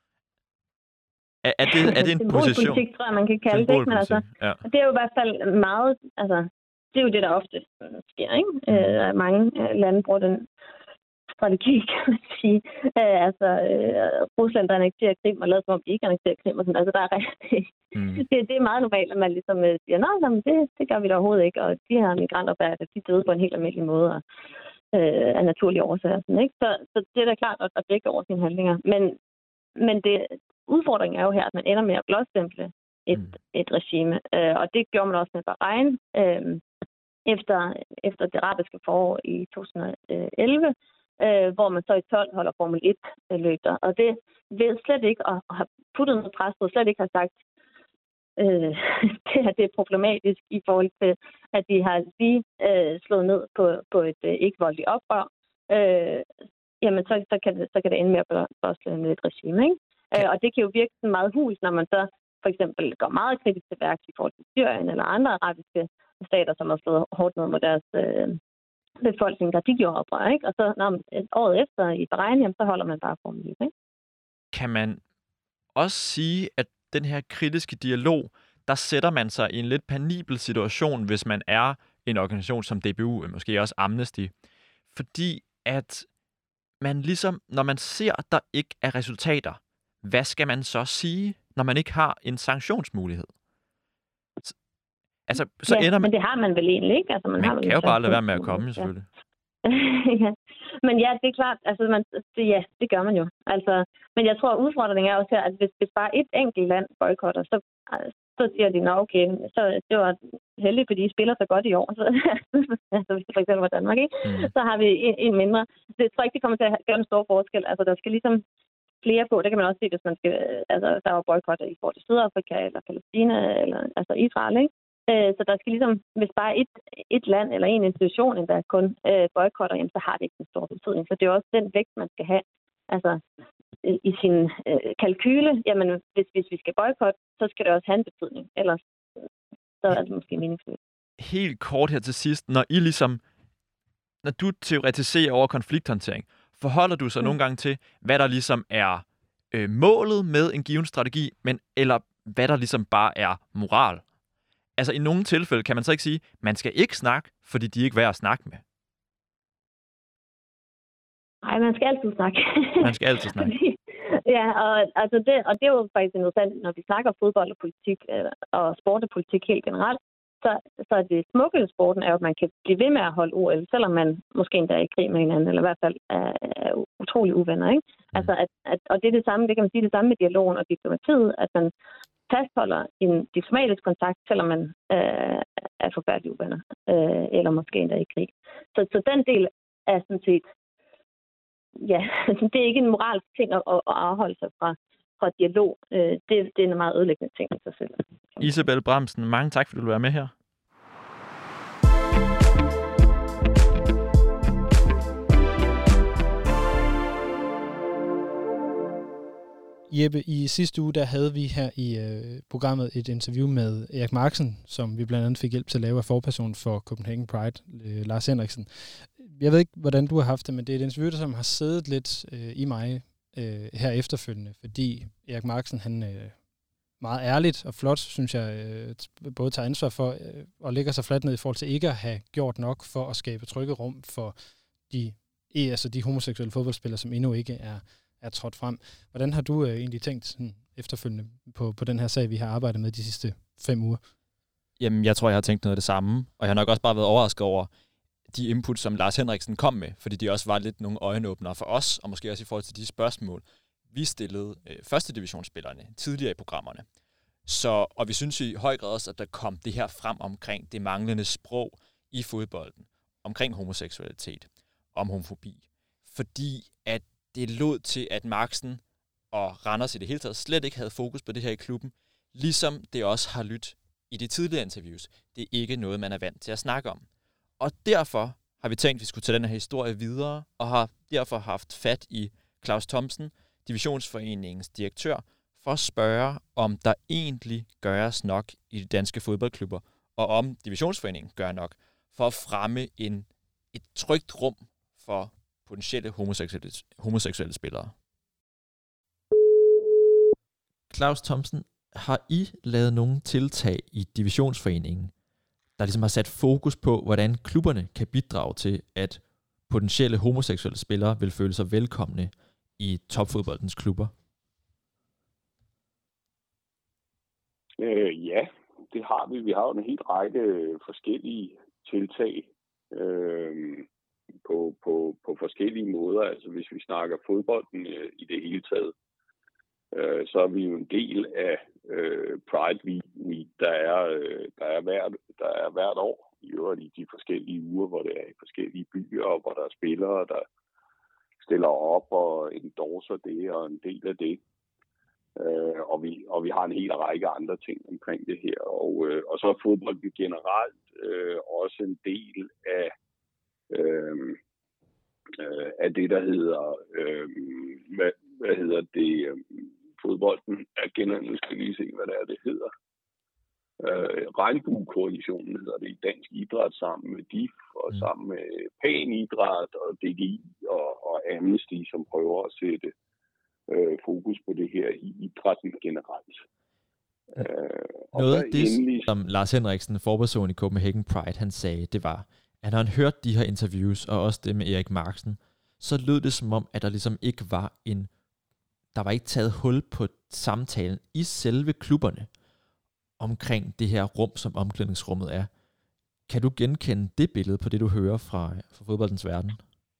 Er, er, det, er det en position? Symbolpolitik, tror jeg, man kan kalde det. Ikke? Men altså, ja. Det er jo i hvert fald meget, altså, det er jo det, der ofte sker, ikke? Mm. Øh, mange lande bruger den strategi, kan man sige. Øh, altså, øh, Rusland, der annekterer Krim, og lader som om de ikke annekterer Krim, og sådan. Altså, der er rigtig... Mm. det, det er meget normalt, at man ligesom siger, nej, jamen, det, det gør vi da overhovedet ikke, og de her migranter, de døde på en helt almindelig måde, og øh, af naturlige årsager. Sådan, ikke? Så, så det er da klart at, at dække over sine handlinger. Men, men det, udfordringen er jo her, at man ender med at blåstemple et, mm. et regime, øh, og det gjorde man også med Bahrain, øh, efter, efter det arabiske forår i to tusind og elleve, øh, hvor man så i tolv holder Formel et-løb der. Og det ved slet ikke at have puttet noget pres på, slet ikke har sagt, øh, det her det er problematisk i forhold til, at de har lige øh, slået ned på, på et øh, ikke-voldeligt oprør. Øh, jamen, så, så, kan det, så kan det ende med at blåstemple med et regime, ikke? Okay. Øh, og det kan jo virke sådan meget hult, når man så for eksempel går meget kritisk til værks i forhold til Syrien eller andre arabiske stater, som har slået hårdt ned mod deres øh, befolkning, der de gjorde oprør, ikke? Og så når man, et året efter i Bahrain, jamen, så holder man bare Formel et, ikke? Kan man også sige, at den her kritiske dialog, der sætter man sig i en lidt penibel situation, hvis man er en organisation som D B U, måske også Amnesty, fordi at man ligesom, når man ser, at der ikke er resultater, hvad skal man så sige, når man ikke har en sanktionsmulighed? Altså, så ja, ender man... men det har man vel egentlig ikke? Altså, man man har kan jo bare lade være med at komme, selvfølgelig. Ja. ja. Men ja, det er klart, altså, man, det, ja, det gør man jo. Altså, men jeg tror, at udfordringen er også her, at hvis, hvis bare et enkelt land boykotter, så, så siger de, nå okay, så det var heldigt, fordi I spiller så godt i år. Så, altså, hvis det for eksempel var Danmark, ikke? Mm. Så har vi en, en mindre. Det tror jeg ikke, det kommer til at gøre en stor forskel. Altså, der skal ligesom flere på. Det kan man også se, hvis man skal, altså, der var boykotter i forhold til Sydafrika eller Palæstina eller altså Israel, ikke? Øh, så der skal ligesom, hvis bare et, et land eller en institution, der kun øh, boykotter, jamen, så har det ikke en stor betydning. Så det er også den vægt, man skal have altså, i sin øh, kalkyle. Jamen, hvis, hvis vi skal boykotte, så skal det også have en betydning. Ellers så er det måske meningsløst. Helt kort her til sidst, når I ligesom, når du teoretiserer over konflikthåndtering, forholder du sig mm. nogle gange til, hvad der ligesom er øh, målet med en given strategi, men eller hvad der ligesom bare er moral? Altså i nogle tilfælde kan man så ikke sige, man skal ikke snakke, fordi de er ikke værd at snakke med. Nej, man skal altid snakke. Man skal altid snakke. Fordi, ja, og, altså det, og det er jo faktisk interessant, når vi snakker fodbold og politik, og sport og politik helt generelt, så, så det smukke i sporten er jo, at man kan blive ved med at holde O L, selvom man måske endda er i krig med hinanden, eller i hvert fald er, er utrolig uvenner, ikke? Mm. Altså, at, at, og det er det samme, det kan man sige det samme med dialogen og diplomatiet, at man fastholder en diplomatisk kontakt, selvom man øh, er forfærdelig uvenner, øh, eller måske endda i krig. Så, så den del er sådan set, ja, det er ikke en moralsk ting at, at afholde sig fra, fra dialog. Øh, det, det er en meget ødelæggende ting i sig selv. Isabel Bramsen, mange tak, fordi du vil være med her. Jeppe, i sidste uge der havde vi her i øh, programmet et interview med Erik Marksen, som vi blandt andet fik hjælp til at lave af forperson for Copenhagen Pride, øh, Lars Henriksen. Jeg ved ikke, hvordan du har haft det, men det er et interview, der som har siddet lidt øh, i mig øh, her efterfølgende, fordi Erik Marksen, han øh, meget ærligt og flot, synes jeg, øh, både tager ansvar for øh, og lægger sig fladt ned i forhold til ikke at have gjort nok for at skabe trygge rum for de, altså de homoseksuelle fodboldspillere, som endnu ikke er er trådt frem. Hvordan har du øh, egentlig tænkt sådan, efterfølgende på, på den her sag, vi har arbejdet med de sidste fem uger? Jamen, jeg tror, jeg har tænkt noget af det samme, og jeg har nok også bare været overrasket over de input, som Lars Henriksen kom med, fordi de også var lidt nogle øjenåbnere for os, og måske også i forhold til de spørgsmål, vi stillede øh, første divisionsspillerne tidligere i programmerne. Så, og vi synes i høj grad også, at der kom det her frem omkring det manglende sprog i fodbolden, omkring homoseksualitet, om homofobi, fordi at det lod til, at Marksen og Randers i det hele taget slet ikke havde fokus på det her i klubben, ligesom det også har lyttet i de tidligere interviews. Det er ikke noget, man er vant til at snakke om. Og derfor har vi tænkt, at vi skulle tage den her historie videre, og har derfor haft fat i Claus Thomsen, Divisionsforeningens direktør, for at spørge, om der egentlig gøres nok i de danske fodboldklubber, og om Divisionsforeningen gør nok for at fremme en, et trygt rum for potentielle homoseksuelle, homoseksuelle spillere. Claus Thomsen, har I lavet nogle tiltag i Divisionsforeningen, der ligesom har sat fokus på, hvordan klubberne kan bidrage til, at potentielle homoseksuelle spillere vil føle sig velkomne i topfodboldens klubber? Øh, ja, det har vi. Vi har jo en helt række forskellige tiltag. Øh, På, på, på forskellige måder. Altså hvis vi snakker fodbolden øh, i det hele taget, øh, så er vi jo en del af øh, Pride Week, der er, øh, der, er hvert, der er hvert år i øvrigt i de forskellige uger, hvor det er i forskellige byer, og hvor der er spillere, der stiller op og endorser det, og en del af det. Øh, og, vi, og vi har en hel række andre ting omkring det her. Og, øh, og så er fodbolden generelt øh, også en del af Øh, øh, af det, der hedder, øh, hvad, hvad hedder det, øh, fodbolden er generelt, nu skal lige se, hvad det er, det hedder. Øh, Regnbue-koalitionen hedder det i Dansk Idræt, sammen med D I F, og mm. sammen med Pan Idræt og D G I og, og Amnesty, som prøver at sætte øh, fokus på det her i idrætten generelt. Øh, Noget af det, endelig, som Lars Henriksen, forperson i Copenhagen Pride, han sagde, det var, at når han hørte de her interviews, og også det med Erik Marksen, så lød det som om, at der ligesom ikke var en, der var ikke taget hul på samtalen i selve klubberne omkring det her rum, som omklædningsrummet er. Kan du genkende det billede på det, du hører fra, fra fodboldens verden?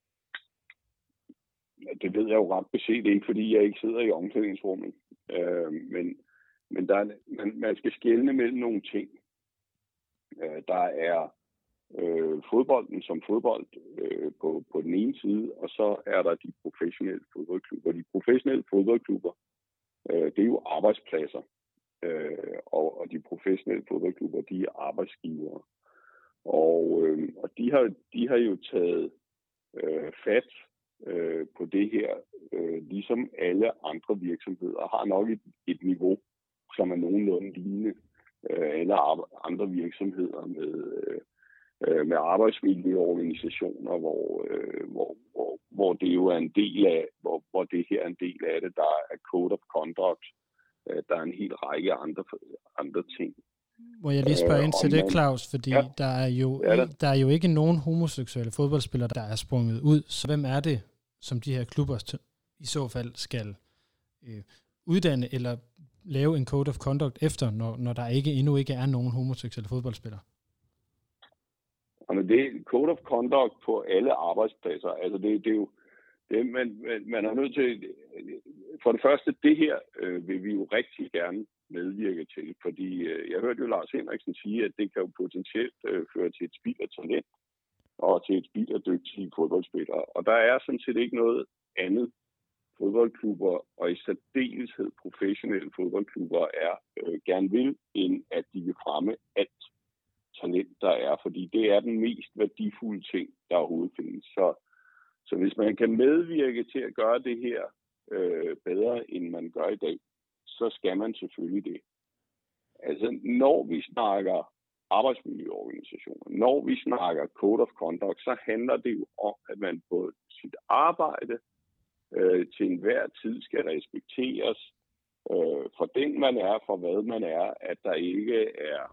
Ja, det ved jeg jo ret beset ikke, fordi jeg ikke sidder i omklædningsrummet. Øh, men men der er, man, man skal skelne mellem nogle ting. Øh, der er øh, fodbolden som fodbold øh, på, på den ene side, og så er der de professionelle fodboldklubber. De professionelle fodboldklubber, øh, det er jo arbejdspladser, øh, og, og de professionelle fodboldklubber, de er arbejdsgivere. Og, øh, og de, har, de har jo taget øh, fat øh, på det her, øh, ligesom alle andre virksomheder, har nok et, et niveau, som er nogenlunde lignende øh, alle andre virksomheder med, øh, med arbejdsmiljøorganisationer, hvor, øh, hvor, hvor, hvor det jo er en del af, hvor, hvor det her er en del af det, der er code of conduct, øh, der er en hel række andre, andre ting. Må jeg lige spørge ind til det, Claus, fordi ja. der, er jo, ja, der er jo ikke nogen homoseksuelle fodboldspillere, der er sprunget ud. Så hvem er det, som de her klubber i så fald skal øh, uddanne eller lave en code of conduct efter, når, når der ikke endnu ikke er nogen homoseksuelle fodboldspillere? Men det er code of conduct på alle arbejdspladser. Altså det, det er jo det, man, man er nødt til. For det første, det her øh, vil vi jo rigtig gerne medvirke til, fordi øh, jeg hørte jo Lars Henriksen sige, at det kan jo potentielt øh, føre til et spild af talent og til et spild af dygtige fodboldspillere. Og der er sådan set ikke noget andet fodboldklubber, og i særdeleshed professionelle fodboldklubber, er øh, gerne vil, end at de vil fremme alt talent, der er, fordi det er den mest værdifulde ting, der overhovedet findes. Så, så hvis man kan medvirke til at gøre det her øh, bedre, end man gør i dag, så skal man selvfølgelig det. Altså, når vi snakker arbejdsmiljøorganisationer, når vi snakker code of conduct, så handler det jo om, at man på sit arbejde øh, til enhver tid skal respekteres øh, for den, man er, for hvad man er, at der ikke er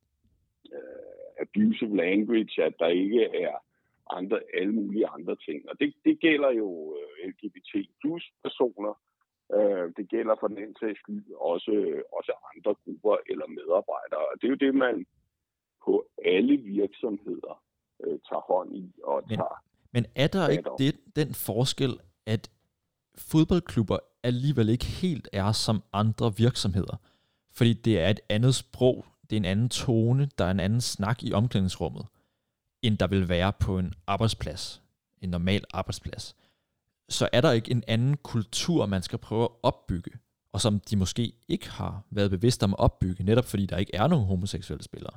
øh, abusive language, at der ikke er andre, alle mulige andre ting. Og det, det gælder jo øh, L G B T plus personer. Øh, det gælder for den sags skyld også, også andre grupper eller medarbejdere. Og det er jo det, man på alle virksomheder øh, tager hånd i og men, tager. Men er der ikke det, den forskel, at fodboldklubber alligevel ikke helt er som andre virksomheder? Fordi det er et andet sprog, det er en anden tone, der er en anden snak i omklædningsrummet, end der vil være på en arbejdsplads, en normal arbejdsplads. Så er der ikke en anden kultur, man skal prøve at opbygge, og som de måske ikke har været bevidste om at opbygge, netop fordi der ikke er nogen homoseksuelle spillere?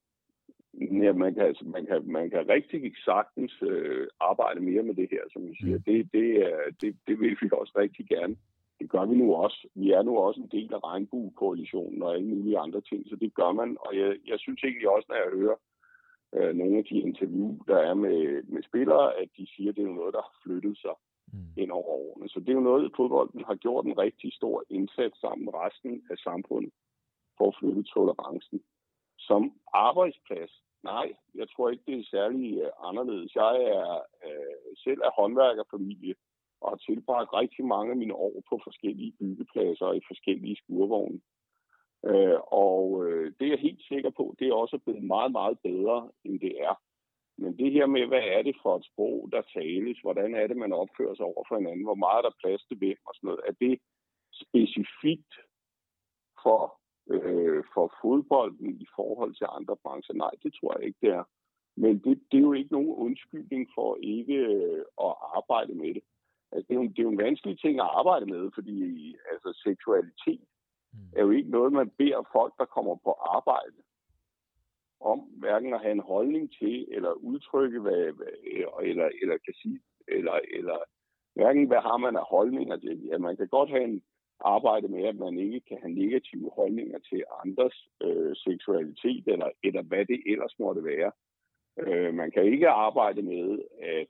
Ja, man kan, altså, man kan, man kan rigtig sagtens øh, arbejde mere med det her, som vi siger. Mm. Det, det, det, det vil vi også rigtig gerne. Det gør vi nu også. Vi er nu også en del af regnbuekoalitionen og alle mulige andre ting, så det gør man. Og jeg, jeg synes egentlig også, når jeg hører øh, nogle af de interview, der er med, med spillere, at de siger, at det er noget, der har flyttet sig mm. ind over årene. Så det er jo noget, at fodbolden har gjort en rigtig stor indsats sammen med resten af samfundet for at flytte tolerancen. Som arbejdsplads, nej, jeg tror ikke, det er særlig uh, anderledes. Jeg er uh, selv af håndværkerfamilie og har tilbragt rigtig mange af mine år på forskellige byggepladser og i forskellige skurvogne. Uh, og uh, det er jeg helt sikker på, det er også blevet meget, meget bedre, end det er. Men det her med, hvad er det for et sprog, der tales? Hvordan er det, man opfører sig over for hinanden? Hvor meget er der plads til hvem og sådan noget? Er det specifikt for, øh, for fodbolden i forhold til andre brancher? Nej, det tror jeg ikke, det er. Men det, det er jo ikke nogen undskyldning for ikke øh, at arbejde med det. Altså, det, er jo, det er jo en vanskelig ting at arbejde med, fordi altså, seksualitet mm. er jo ikke noget, man beder folk, der kommer på arbejde, om hverken at have en holdning til, eller udtrykke, hvad, eller, eller kan sige, eller, eller hverken hvad har man af holdninger til. Ja, man kan godt have en arbejde med, at man ikke kan have negative holdninger til andres øh, seksualitet, eller, eller hvad det ellers måtte være. Øh, man kan ikke arbejde med, at,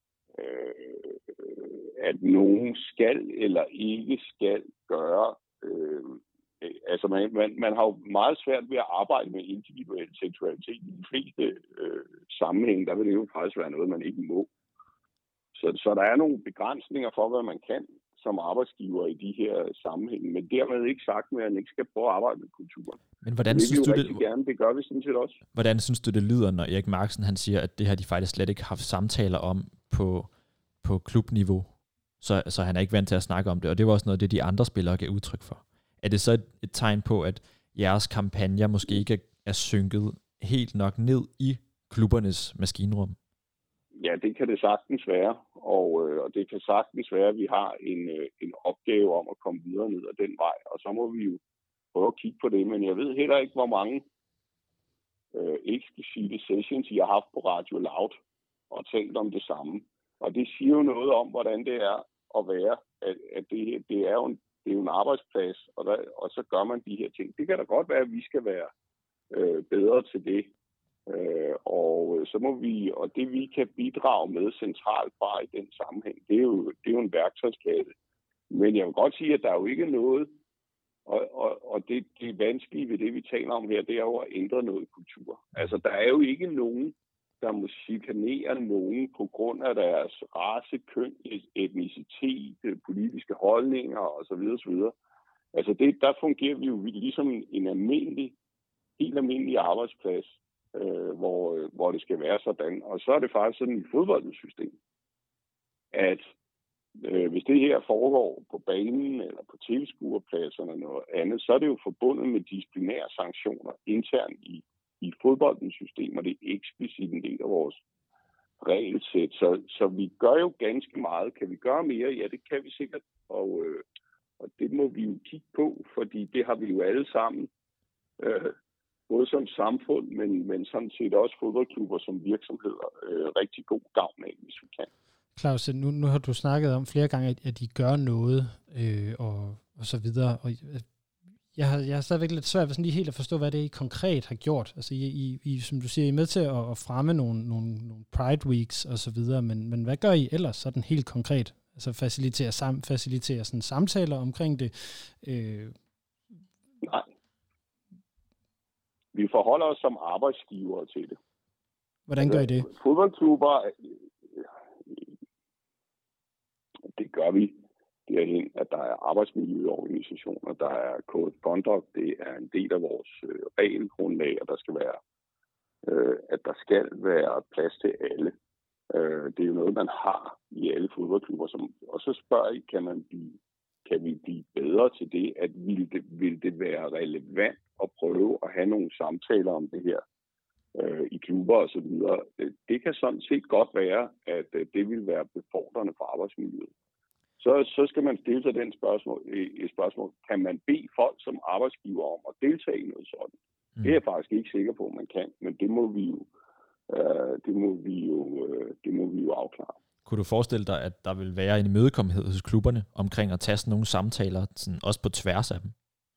øh, at nogen skal eller ikke skal gøre øh, Altså, man, man, man har jo meget svært ved at arbejde med individuel seksualitet i de fleste øh, sammenhænge. Der vil det jo faktisk være noget, man ikke må. Så, så der er nogle begrænsninger for, hvad man kan som arbejdsgiver i de her sammenhænge. Men dermed ikke sagt med, at man ikke skal prøve at arbejde med kulturen. Men hvordan det synes du det? Gerne. Det gør vi sådan set også. Hvordan synes du, det lyder, når Erik Marksen han siger, at det har de faktisk slet ikke haft samtaler om på, på klubniveau? Så, så han er ikke vant til at snakke om det. Og det var også noget, det de andre spillere gav udtryk for. Er det så et, et tegn på, at jeres kampagner måske ikke er synket helt nok ned i klubbernes maskinrum? Ja, det kan det sagtens være, og, øh, og det kan sagtens være, at vi har en, øh, en opgave om at komme videre ned ad den vej, og så må vi jo prøve at kigge på det, men jeg ved heller ikke, hvor mange øh, eksklusive sessions, I har haft på Radio Loud og talt om det samme. Og det siger jo noget om, hvordan det er at være, at, at det, det, er jo en, det er jo en arbejdsplads, og, der, og så gør man de her ting. Det kan da godt være, at vi skal være øh, bedre til det. Øh, og så må vi, og det vi kan bidrage med centralt bare i den sammenhæng, det er jo, det er jo en værktøjskasse. Men jeg vil godt sige, at der er jo ikke noget, og, og, og det, det vanskelige ved det, vi taler om her, det er jo at ændre noget kultur. Altså, der er jo ikke nogen, der må chikanere nogen på grund af deres race, køn, etnicitet, politiske holdninger osv. osv. Altså, det, der fungerer vi jo ligesom en almindelig, helt almindelig arbejdsplads, øh, hvor, hvor det skal være sådan. Og så er det faktisk sådan i fodboldens system, at øh, hvis det her foregår på banen eller på tilskuerpladserne eller noget andet, så er det jo forbundet med disciplinære sanktioner internt i i fodboldens system, og det er eksplicit en del af vores regelsæt. Så, så vi gør jo ganske meget. Kan vi gøre mere? Ja, det kan vi sikkert, og, øh, og det må vi jo kigge på, fordi det har vi jo alle sammen, øh, både som samfund, men, men sådan set også fodboldklubber som virksomheder, øh, rigtig god gavn af, hvis vi kan. Claus, nu, nu har du snakket om flere gange, at de gør noget, øh, og, og så videre, og Jeg har, jeg har stadigvæk lidt svært ved sådan lige helt at forstå, hvad det I konkret har gjort. Altså, I, I, I som du siger, I er med til at, at fremme nogle, nogle, nogle Pride Weeks og så videre, men, men hvad gør I ellers sådan helt konkret? Altså, facilitere, sam, facilitere sådan samtaler omkring det? Øh... Nej. Vi forholder os som arbejdsgiver til det. Hvordan gør I det? Fodboldklubber, det gør vi. Derhen, at der er arbejdsmiljøorganisationer, der er code of conduct, det er en del af vores øh, regelgrundlag, og der skal være, øh, at der skal være plads til alle. Øh, det er jo noget, man har i alle fodboldklubber, som, og så spørger I, kan man blive, kan vi blive bedre til det, at vil det, vil det være relevant at prøve at have nogle samtaler om det her øh, i klubber og så videre. Det kan sådan set godt være, at øh, det vil være befordrende for arbejdsmiljøet. Så, så skal man stille sig den spørgsmål, et spørgsmål, kan man bede folk som arbejdsgiver om at deltage i noget sådan? Mm. Det er jeg faktisk ikke sikker på, at man kan, men det må vi jo, øh, det må vi jo, øh, det må vi jo afklare. Kunne du forestille dig, at der vil være en imødekommenhed hos klubberne omkring at tage sådan nogle samtaler, sådan også på tværs af dem?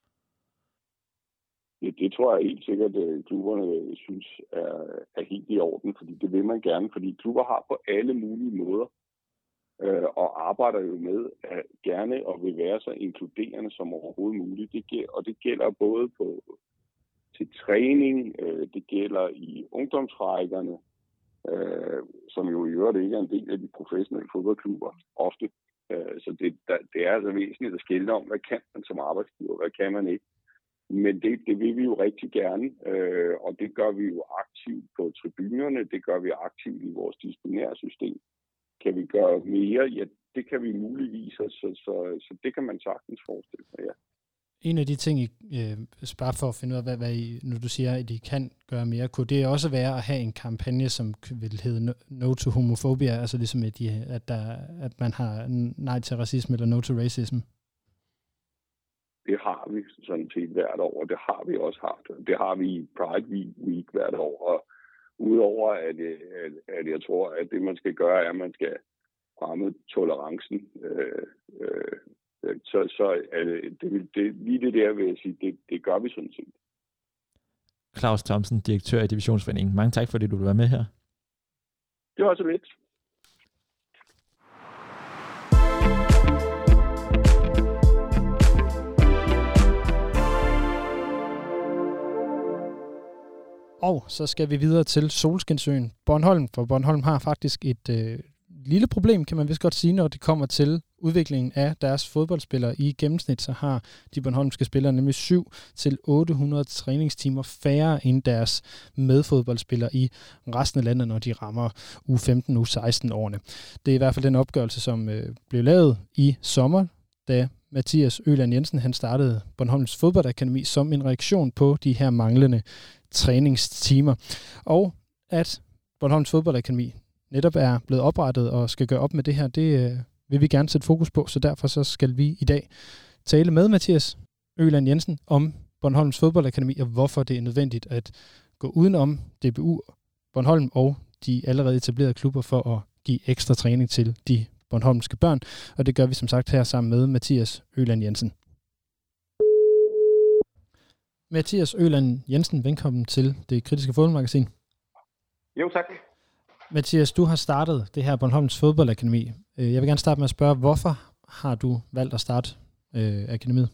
Det, det tror jeg helt sikkert, at klubberne synes er, er helt i orden, fordi det vil man gerne, fordi klubber har på alle mulige måder og arbejder jo med at gerne og vil være så inkluderende som overhovedet muligt. Det gælder, og det gælder både på, til træning, det gælder i ungdomsrækkerne, øh, som jo i øvrigt ikke er en del af de professionelle fodboldklubber ofte. Øh, så det, der, det er altså væsentligt at skille om, hvad kan man som arbejdsgiver, hvad kan man ikke. Men det, det vil vi jo rigtig gerne, øh, og det gør vi jo aktivt på tribunerne, det gør vi aktivt i vores disciplinære system. Kan vi gøre mere? Ja, det kan vi muligvis, så, så, så det kan man sagtens forestille sig, ja. En af de ting, I, øh, bare for at finde ud af, hvad, hvad I, når du siger, at I kan gøre mere, kunne det også være at have en kampagne, som vil hedde No, no to Homophobia, altså ligesom at, de, at, der, at man har nej til racisme eller no to racism? Det har vi sådan set hvert år, og det har vi også haft. Det har vi i Pride Week hvert år, og udover at, at, at jeg tror, at det man skal gøre, er, at man skal fremme tolerancen, øh, øh, så, så er det, det, det, lige det der vil jeg sige, det, det gør vi sådan set. Claus Thomsen, direktør i Divisionsforeningen. Mange tak, fordi du vil være med her. Det var så lidt. Og så skal vi videre til Solskinsøen Bornholm, for Bornholm har faktisk et øh, lille problem, kan man vist godt sige, når det kommer til udviklingen af deres fodboldspillere. I gennemsnit så har de bornholmske spillere nemlig syv til otte hundrede træningstimer færre end deres medfodboldspillere i resten af landet, når de rammer U femten, U seksten årene. Det er i hvert fald den opgørelse, som øh, blev lavet i sommer, da Mathias Øland Jensen han startede Bornholms Fodboldakademi som en reaktion på de her manglende træningstimer. Og at Bornholms Fodboldakademi netop er blevet oprettet og skal gøre op med det her, det øh, vil vi gerne sætte fokus på, så derfor så skal vi i dag tale med Mathias Øland Jensen om Bornholms Fodboldakademi og hvorfor det er nødvendigt at gå udenom D B U Bornholm og de allerede etablerede klubber for at give ekstra træning til de bornholmske børn, og det gør vi som sagt her sammen med Mathias Øland Jensen. Mathias Øland Jensen, velkommen til Det Kritiske Fodboldmagasin. Jo, tak. Mathias, du har startet det her Bornholms Fodboldakademi. Jeg vil gerne starte med at spørge, hvorfor har du valgt at starte øh, akademiet?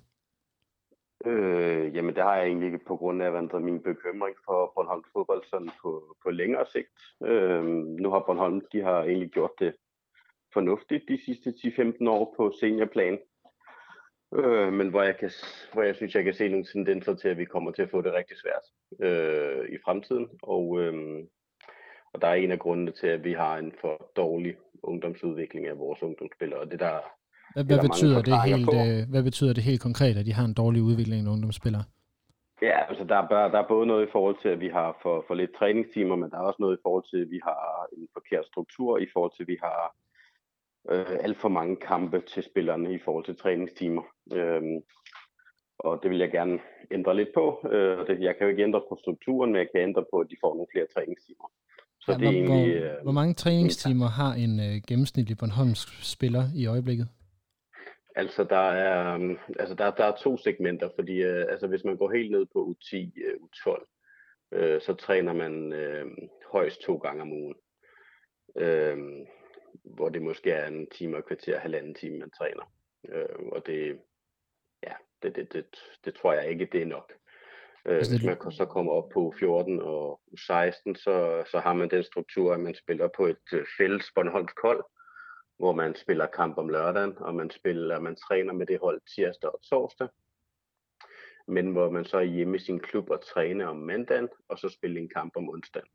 Øh, jamen, det har jeg egentlig ikke på grund af hvad min bekymring for Bornholms fodbold sådan på, på længere sigt. Øh, nu har Bornholm, de har egentlig gjort det fornuftigt de sidste ti til femten år på seniorplan. Øh, men hvor jeg, kan, hvor jeg synes, jeg kan se nogle tendenser til, at vi kommer til at få det rigtig svært øh, i fremtiden. Og, øh, og der er en af grundene til, at vi har en for dårlig ungdomsudvikling af vores ungdomsspillere. Og det der, hvad, hvad, det, betyder det helt, øh, hvad betyder det helt konkret, at de har en dårlig udvikling af ungdomsspillere? Ja, altså der er, der er både noget i forhold til, at vi har for, for lidt træningstimer, men der er også noget i forhold til, at vi har en forkert struktur, i forhold til, at vi har øh, alt for mange kampe til spillerne i forhold til træningstimer. Øhm, og det vil jeg gerne ændre lidt på. Øh, det, jeg kan jo ikke ændre på strukturen, men jeg kan ændre på, at de får nogle flere træningstimer. Så ja, det er hvor, egentlig, hvor, hvor mange træningstimer har en øh, gennemsnitlig bornholmsk spiller i øjeblikket? Altså der er um, altså der, der er to segmenter, fordi uh, altså hvis man går helt ned på U ti, uh, U tolv, uh, så træner man uh, højst to gange om ugen. Uh, hvor det måske er en time og kvarter, halvanden time, man træner. Uh, og det, ja, det, det, det, det tror jeg ikke, det er nok. Uh, hvis man så kommer op på U fjorten og U seksten, så, så har man den struktur, at man spiller på et uh, fælles bornholmsk hold, hvor man spiller kamp om lørdagen, og man spiller, man træner med det hold tirsdag og torsdag. Men hvor man så er hjemme i sin klub og træner om mandagen, og så spiller en kamp om onsdagen.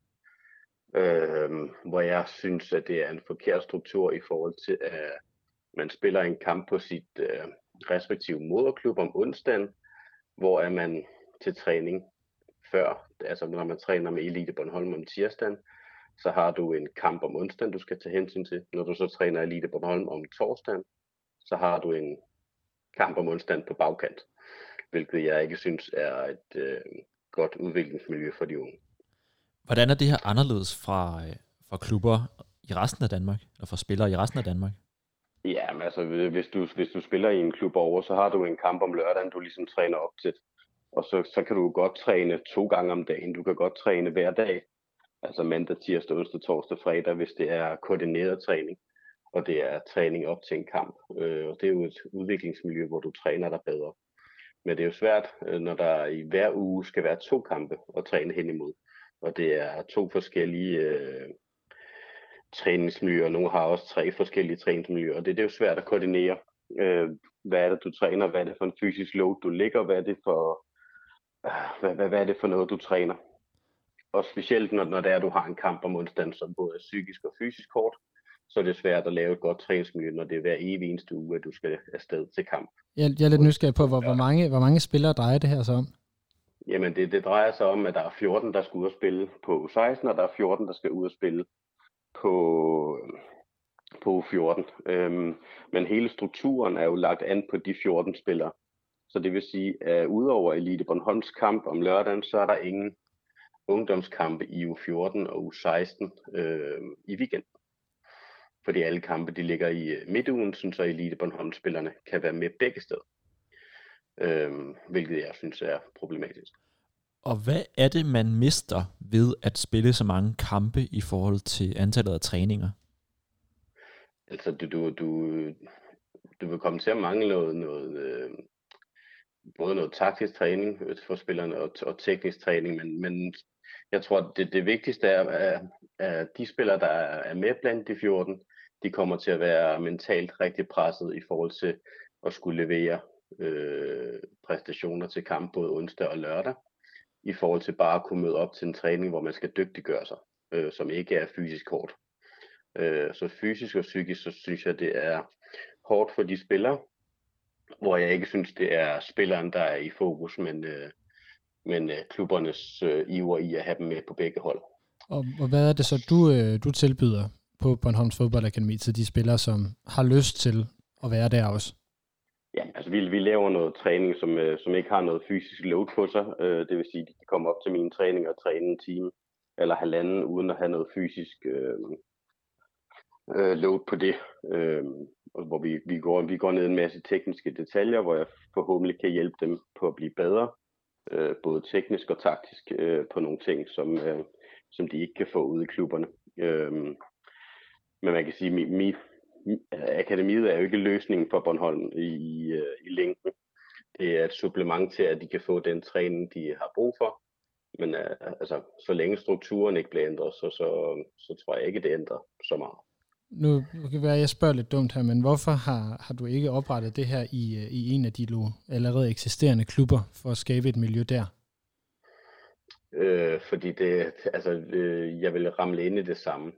Øh, hvor jeg synes, at det er en forkert struktur i forhold til, at man spiller en kamp på sit øh, respektive moderklub om onsdagen, hvor er man til træning før, altså når man træner med Elite Bornholm om tirsdagen, så har du en kamp om onsdagen, du skal tage hensyn til. Når du så træner Elite Bornholm om torsdagen, så har du en kamp om onsdagen på bagkant, hvilket jeg ikke synes er et øh, godt udviklingsmiljø for de unge. Hvordan er det her anderledes fra, fra klubber i resten af Danmark, og fra spillere i resten af Danmark? Ja, men altså, hvis du, hvis du spiller i en klub over, så har du en kamp om lørdagen, du ligesom træner op til. Og så, så kan du godt træne to gange om dagen. Du kan godt træne hver dag. Altså mandag, tirsdag, onsdag, torsdag, fredag, hvis det er koordineret træning, og det er træning op til en kamp. Øh, og det er jo et udviklingsmiljø, hvor du træner dig bedre. Men det er jo svært, når der i hver uge skal være to kampe at træne hen imod. Og det er to forskellige øh, træningsmiljøer. Nogle har også tre forskellige træningsmiljøer, og det, det er jo svært at koordinere. Øh, hvad er det, du træner? Hvad er det for en fysisk load, du ligger? Hvad er det for, øh, hvad, hvad, hvad er det for noget, du træner? Og specielt når, når det er, at du har en kamp om onsdagen, som både er psykisk og fysisk hårdt, så er det svært at lave et godt træningsmiljø, når det er hver evig eneste uge, at du skal afsted til kamp. Jeg, jeg er lidt nysgerrig på, hvor, hvor, mange, hvor mange spillere drejer det her så om? Jamen, det, det drejer sig om, at der er fjorten, der skal ud og spille på U seksten, og der er fjorten, der skal ud og spille på, på U fjorten. Øhm, men hele strukturen er jo lagt an på de fjorten spillere. Så det vil sige, at udover Elite Bornholms kamp om lørdagen, så er der ingen ungdomskampe i U fjorten og U seksten øh, i weekenden. Fordi alle kampe, de ligger i midtugen, så Elite Bornholm-spillerne kan være med begge steder. Øh, hvilket jeg synes er problematisk. Og hvad er det, man mister ved at spille så mange kampe i forhold til antallet af træninger? Altså, du, du, du, du vil komme til at mangle noget, noget øh, både noget taktisk træning for spillerne og, og teknisk træning, men, men jeg tror, det, det vigtigste er, at, at de spillere, der er med blandt de fjorten, de kommer til at være mentalt rigtig presset i forhold til at skulle levere øh, præstationer til kamp både onsdag og lørdag, i forhold til bare at kunne møde op til en træning, hvor man skal dygtiggøre sig, øh, som ikke er fysisk hårdt. Øh, så fysisk og psykisk, så synes jeg, det er hårdt for de spillere, hvor jeg ikke synes, det er spilleren, der er i fokus, men, øh, men øh, klubbernes øh, iver i at have dem med på begge hold. Og, og hvad er det så, du, du tilbyder på Bornholms Fodboldakademi til de spillere, som har lyst til at være der også? Ja, altså vi, vi laver noget træning, som, som ikke har noget fysisk load på sig. Det vil sige, at de kan komme op til mine træninger og træne en time eller halvanden, uden at have noget fysisk øh, øh, load på det. Øh, hvor vi, vi, går, vi går ned i en masse tekniske detaljer, hvor jeg forhåbentlig kan hjælpe dem på at blive bedre. Øh, både teknisk og taktisk øh, på nogle ting, som, øh, som de ikke kan få ude i klubberne. Øh, men man kan sige, at mi, mi, akademiet er jo ikke løsningen for Bornholm i, i, i længden. Det er et supplement til, at de kan få den træning, de har brug for. Men uh, altså, så længe strukturen ikke bliver ændret, så, så, så tror jeg ikke, det ændrer så meget. Nu kan være, at jeg spørger lidt dumt her, men hvorfor har, har du ikke oprettet det her i, i en af de allerede eksisterende klubber for at skabe et miljø der? Øh, fordi det, altså, øh, jeg vil ramle ind i det samme.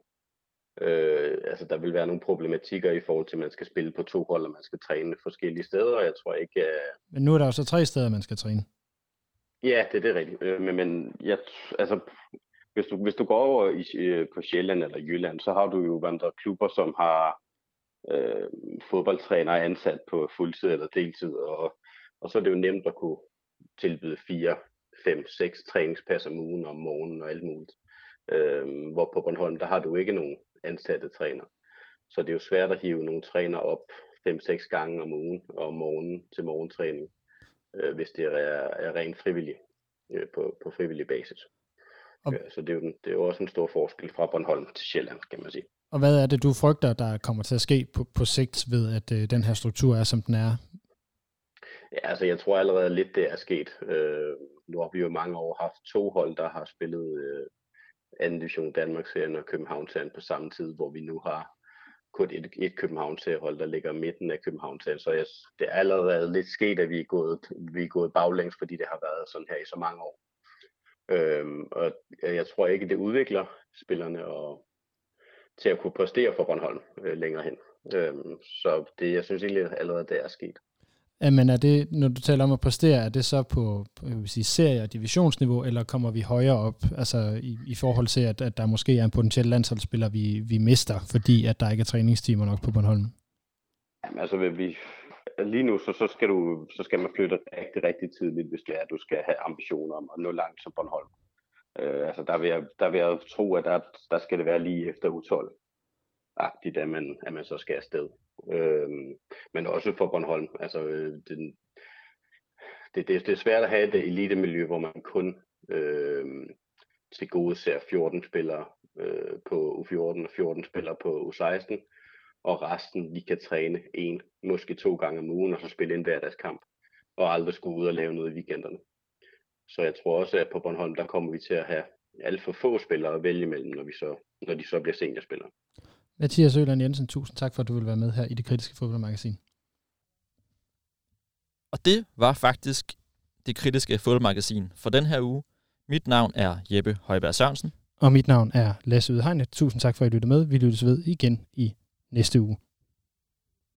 Øh, altså, der vil være nogle problematikker i forhold til, at man skal spille på to hold, og man skal træne forskellige steder, og jeg tror ikke... Uh... Men nu er der jo så tre steder, man skal træne. Ja, det, det er rigtigt. Øh, men men jeg, altså, hvis, du, hvis du går over i, øh, på Sjælland eller Jylland, så har du jo andre klubber, som har øh, fodboldtrænere ansat på fuldtid eller deltid, og, og så er det jo nemt at kunne tilbyde fire, fem, seks træningspas om ugen om morgenen og alt muligt. Øh, hvor på Bornholm, der har du ikke nogen ansatte træner. Så det er jo svært at hive nogle træner op fem, seks gange om ugen og om morgenen til morgentræning, øh, hvis det er, er rent frivillig øh, på, på frivillig basis. Og... Så det er, jo, det er jo også en stor forskel fra Bornholm til Sjælland, kan man sige. Og hvad er det, du frygter, der kommer til at ske på, på sigt ved, at øh, den her struktur er, som den er? Ja, altså jeg tror allerede lidt, det er sket. Øh, nu har vi jo mange år haft to hold, der har spillet øh, anden division Danmarksserien og Københavnsserien på samme tid, hvor vi nu har kun et, et Københavnsseriehold, der ligger midten af Københavnsserien. Så jeg, det er allerede lidt sket, at vi er gået, vi er gået baglæns, fordi det har været sådan her i så mange år. Øhm, og jeg tror ikke, det udvikler spillerne og, til at kunne præstere for Bornholm øh, længere hen. Øhm, så det, jeg synes egentlig allerede, det er sket. Ja, men er det, når du taler om at præstere, er det så på, på jeg vil sige, serie- og divisionsniveau, eller kommer vi højere op, altså i, i forhold til, at, at der måske er en potentiel landsholdsspiller, vi, vi mister, fordi at der ikke er træningstimer nok på Bornholm? Jamen, altså, vi, lige nu, så, så, skal du, så skal man flytte rigtig, rigtig tidligt, hvis det er, at du skal have ambitioner om at nå langt som Bornholm. Øh, altså, der vil, jeg, der vil jeg tro, at der, der skal det være lige efter U tolv-agtigt, at man, at man så skal afsted. Øhm, men også for Bornholm. Altså, øh, det, det, det er svært at have et elitemiljø, hvor man kun øh, til gode ser fjorten spillere øh, på U fjorten og fjorten spillere på U seksten, og resten vi kan træne en, måske to gange om ugen, og så spille en hverdagskamp, og aldrig skulle ud og lave noget i weekenderne. Så jeg tror også, at på Bornholm, der kommer vi til at have alt for få spillere at vælge imellem, når, vi så, når de så bliver seniorspillere. Mathias Øland Jensen, tusind tak for, at du vil være med her i Det Kritiske Fodboldmagasin. Og det var faktisk Det Kritiske Fodboldmagasin for den her uge. Mit navn er Jeppe Højberg Sørensen. Og mit navn er Lasse Udhegnet. Tusind tak for, at I lyttede med. Vi lyttes ved igen i næste uge.